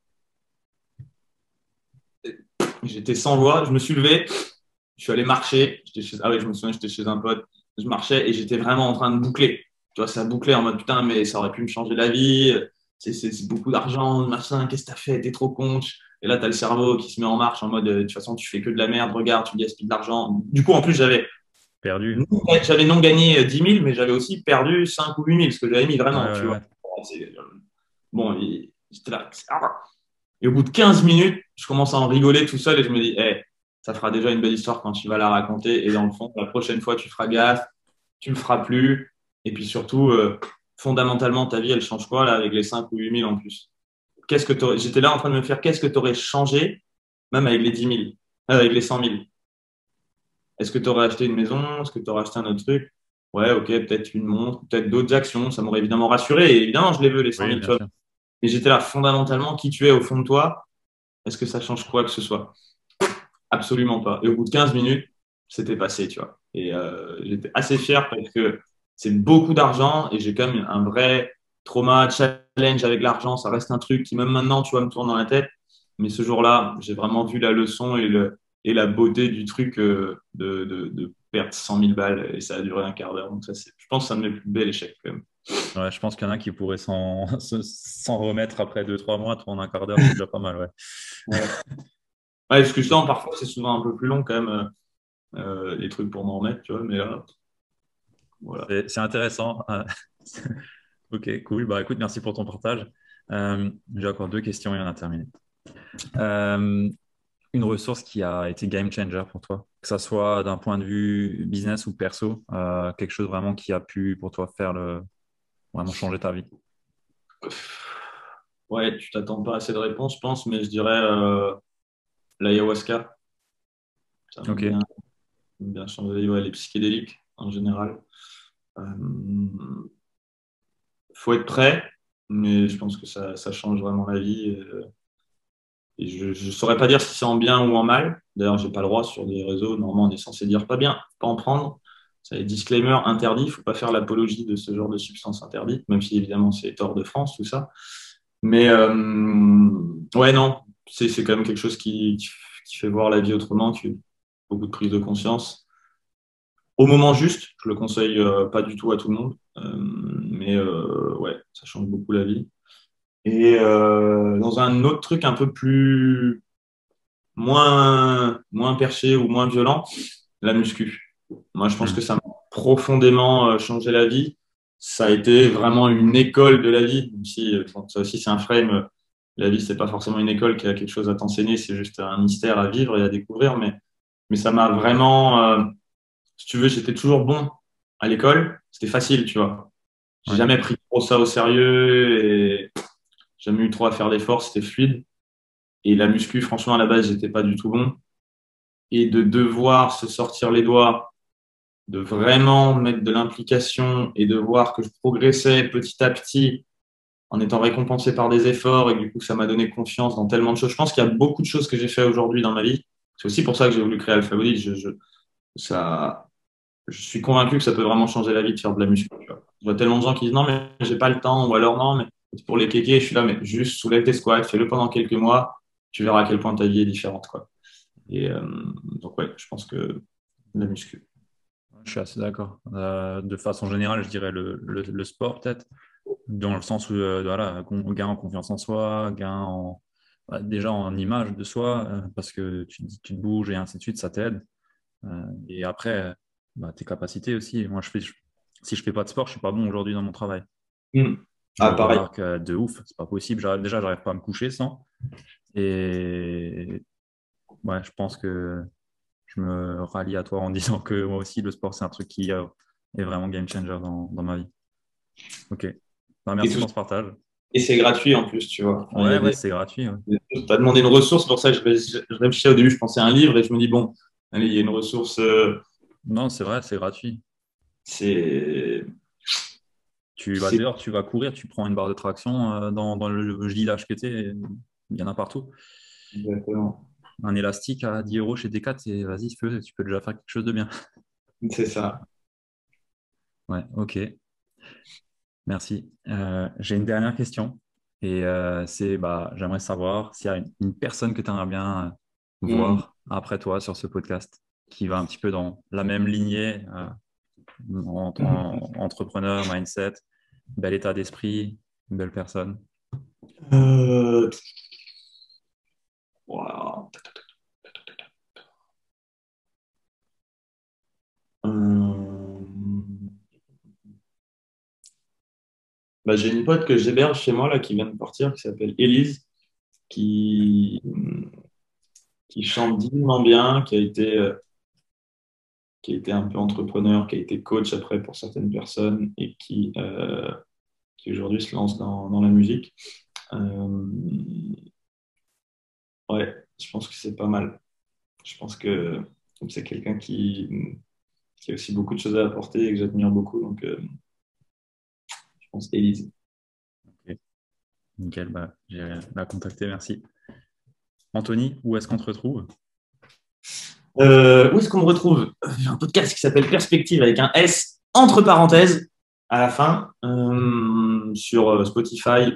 j'étais sans voix, je me suis levé, je suis allé marcher. Ah oui, je me souviens, j'étais chez un pote. Je marchais et j'étais vraiment en train de boucler. Tu vois, ça bouclait en mode putain, mais ça aurait pu me changer la vie. C'est beaucoup d'argent, machin. Qu'est-ce que t'as fait? T'es trop con. Et là, t'as le cerveau qui se met en marche en mode de toute façon, tu fais que de la merde. Regarde, tu gaspilles de l'argent. Du coup, en plus, Perdu. j'avais non gagné 10 000, mais j'avais aussi perdu 5 ou 8 000, ce que j'avais mis Ouais, vraiment, tu ouais, vois. ouais. Bon, j'étais là. Et au bout de 15 minutes, je commence à en rigoler tout seul et je me dis, hey, ça fera déjà une belle histoire quand tu vas la raconter. Et dans le fond, la prochaine fois, tu feras gaffe, tu le feras plus. Et puis surtout, fondamentalement, ta vie, elle change quoi là avec les 5 ou 8 000 en plus? J'étais là en train de me faire, qu'est-ce que tu aurais changé, même avec les 10 000, avec les 100 000? Est-ce que tu aurais acheté une maison? Est-ce que tu aurais acheté un autre truc? Ouais, ok, peut-être une montre, peut-être d'autres actions. Ça m'aurait évidemment rassuré. Et évidemment, je les veux, les 100 Oui, 000, tu bien vois. sûr. Et j'étais là, fondamentalement, qui tu es au fond de toi, est-ce que ça change quoi que ce soit? Absolument pas. Et au bout de 15 minutes, c'était passé, tu vois. Et j'étais assez fier parce que c'est beaucoup d'argent et j'ai quand même un vrai trauma, challenge avec l'argent. Ça reste un truc qui, même maintenant, tu vois, me tourne dans la tête. Mais ce jour-là, j'ai vraiment vu la leçon et la beauté du truc de perdre 100 000 balles et ça a duré un quart d'heure. Donc, ça, je pense que c'est un de mes plus bels échecs quand même. Ouais, je pense qu'il y en a qui pourraient s'en remettre après 2, 3 mois. Toi, en un quart d'heure, c'est déjà pas mal. Ouais. Ouais. Ouais, parce que justement, parfois, c'est souvent un peu plus long quand même, les trucs pour m'en remettre, tu vois. Mais là, voilà. C'est intéressant. Ok, cool. Bah, écoute, merci pour ton partage. J'ai encore 2 questions et on a terminé. Euh, une ressource qui a été game changer pour toi, que ça soit d'un point de vue business ou perso, quelque chose vraiment qui a pu pour toi vraiment changer ta vie. Ouais, tu t'attends pas à assez de réponses, je pense, mais je dirais l'ayahuasca. Ça m'a Ok. bien changé. Ouais, les psychédéliques en général. Euh, faut être prêt, mais je pense que ça change vraiment la vie. Et je ne saurais pas dire si c'est en bien ou en mal. D'ailleurs, j'ai pas le droit sur des réseaux. Normalement, on est censé dire pas bien, pas en prendre. C'est disclaimer interdit. Il faut pas faire l'apologie de ce genre de substance interdite, même si évidemment c'est hors de France, tout ça. Mais ouais, non, c'est quand même quelque chose qui fait voir la vie autrement, qui beaucoup de prise de conscience. Au moment juste, je le conseille pas du tout à tout le monde, mais ouais, ça change beaucoup la vie. Et dans un autre truc un peu plus moins perché ou moins violent, la muscu. Moi, je pense que Hmm. ça m'a profondément changé la vie. Ça a été vraiment une école de la vie, même si bon, ça aussi c'est un frame. La vie, c'est pas forcément une école qui a quelque chose à t'enseigner, c'est juste un mystère à vivre et à découvrir. Mais ça m'a vraiment, si tu veux, j'étais toujours bon à l'école. C'était facile, tu vois. J'ai Ouais. jamais pris trop ça au sérieux et jamais eu trop à faire d'efforts. C'était fluide. Et la muscu, franchement, à la base, j'étais pas du tout bon. Et de devoir se sortir les doigts, de vraiment mettre de l'implication et de voir que je progressais petit à petit en étant récompensé par des efforts et du coup, ça m'a donné confiance dans tellement de choses. Je pense qu'il y a beaucoup de choses que j'ai fait aujourd'hui dans ma vie. C'est aussi pour ça que j'ai voulu créer Alpha Body. Ça, je suis convaincu que ça peut vraiment changer la vie de faire de la muscu. Tu vois. Je vois tellement de gens qui disent non, mais j'ai pas le temps, ou alors non, mais c'est pour les kékés. Je suis là, mais juste soulève tes squats, fais-le pendant quelques mois, tu verras à quel point ta vie est différente, quoi. Et donc, ouais, je pense que la muscu. Je suis assez d'accord. De façon générale, je dirais le sport peut-être, dans le sens où voilà, gain en confiance en soi, déjà en image de soi, parce que tu te bouges et ainsi de suite, ça t'aide. Et après, tes capacités aussi. Moi, si je fais pas de sport, je suis pas bon aujourd'hui dans mon travail. Hmm. Je Ah, le pareil. remarque de ouf, c'est pas possible. Déjà, j'arrive pas à me coucher sans. Et ouais, je pense que je me rallie à toi en disant que moi aussi, le sport, c'est un truc qui est vraiment game changer dans ma vie. Ok. Et Merci tout pour ce partage. Et c'est gratuit en plus, tu vois. Enfin, il y Ouais, a ouais, c'est gratuit. Ouais. t'as demandé une ressource, pour ça je réfléchissais au début, je pensais à un livre et je me dis, bon, allez, il y a une ressource, Non, c'est vrai, c'est gratuit. c'est. Tu vas c'est dehors, tu vas courir, tu prends une barre de traction dans le village que tu es, il y en a partout. Exactement. Un élastique à 10 euros chez Decathlon, et vas-y, feu, tu peux déjà faire quelque chose de bien. C'est ça. Ouais, ok, merci. J'ai une dernière question. Et c'est, bah, j'aimerais savoir s'il y a une personne que tu aimerais bien Hmm. voir après toi sur ce podcast, qui va un petit peu dans la même lignée, entrepreneur, mindset, bel état d'esprit, une belle personne. Euh, Wow. Bah, j'ai une pote que j'héberge chez moi là, qui vient de partir, qui s'appelle Élise, qui, qui chante divinement bien, qui a été un peu entrepreneur, qui a été coach après pour certaines personnes et qui aujourd'hui se lance dans la musique. Euh, ouais, je pense que c'est pas mal. Je pense que c'est quelqu'un qui a aussi beaucoup de choses à apporter et que j'admire beaucoup. Donc, je pense Élise. Ok, nickel, bah, j'ai la contacter, merci. Anthony, où est-ce qu'on te retrouve? Où est-ce qu'on me retrouve? J'ai un podcast qui s'appelle Perspective avec un S entre parenthèses à la fin sur Spotify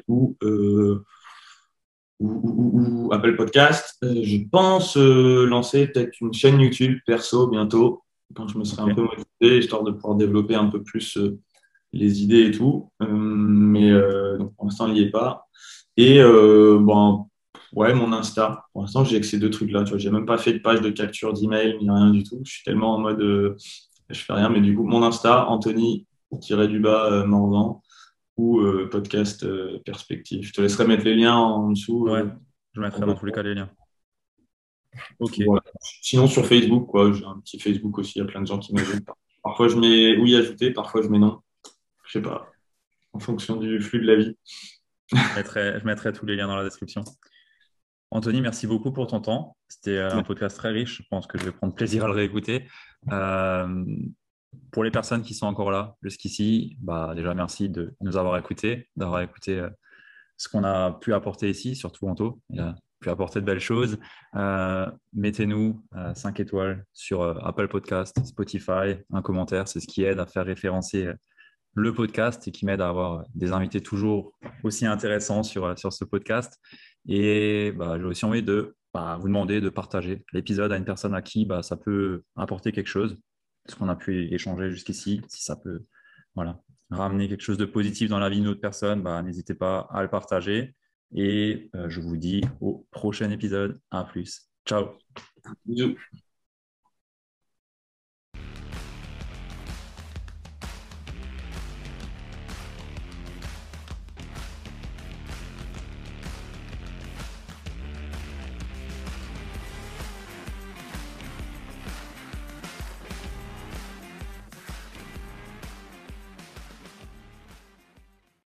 ou Apple Podcast. Je pense lancer peut-être une chaîne YouTube perso bientôt quand je me serai Ok, un peu motivé, histoire de pouvoir développer un peu plus les idées et tout. Donc pour l'instant, il n'y est pas. Et bon, ouais, mon Insta. Pour l'instant, j'ai que ces deux trucs-là. Tu vois, j'ai même pas fait de page de capture d'email ni rien du tout. Je suis tellement en mode, je fais rien. Mais du coup, mon Insta, Anthony-du-bas Morvan ou podcast Perspective. Je te laisserai mettre les liens en dessous. ouais, je mettrai dans tous les cas les liens. Ok, Voilà. Sinon, sur Facebook, quoi. J'ai un petit Facebook aussi. Il y a plein de gens qui m'ajoutent. Parfois, je mets oui ajouter, parfois, je mets non. Je sais pas. En fonction du flux de la vie. je mettrai tous les liens dans la description. Anthony, merci beaucoup pour ton temps. C'était un podcast très riche. Je pense que je vais prendre plaisir à le réécouter. Euh, pour les personnes qui sont encore là jusqu'ici, bah, déjà merci de nous avoir écoutés, d'avoir écouté ce qu'on a pu apporter ici, surtout Anto. Il a pu apporter de belles choses. Mettez-nous 5 étoiles sur Apple Podcast, Spotify, un commentaire. C'est ce qui aide à faire référencer le podcast et qui m'aide à avoir des invités toujours aussi intéressants sur ce podcast. Et bah, j'ai aussi envie de vous demander de partager l'épisode à une personne à qui ça peut apporter quelque chose, ce qu'on a pu échanger jusqu'ici. Si ça peut voilà, ramener quelque chose de positif dans la vie d'une autre personne, n'hésitez pas à le partager. Et je vous dis au prochain épisode. À plus. Ciao. Bisous.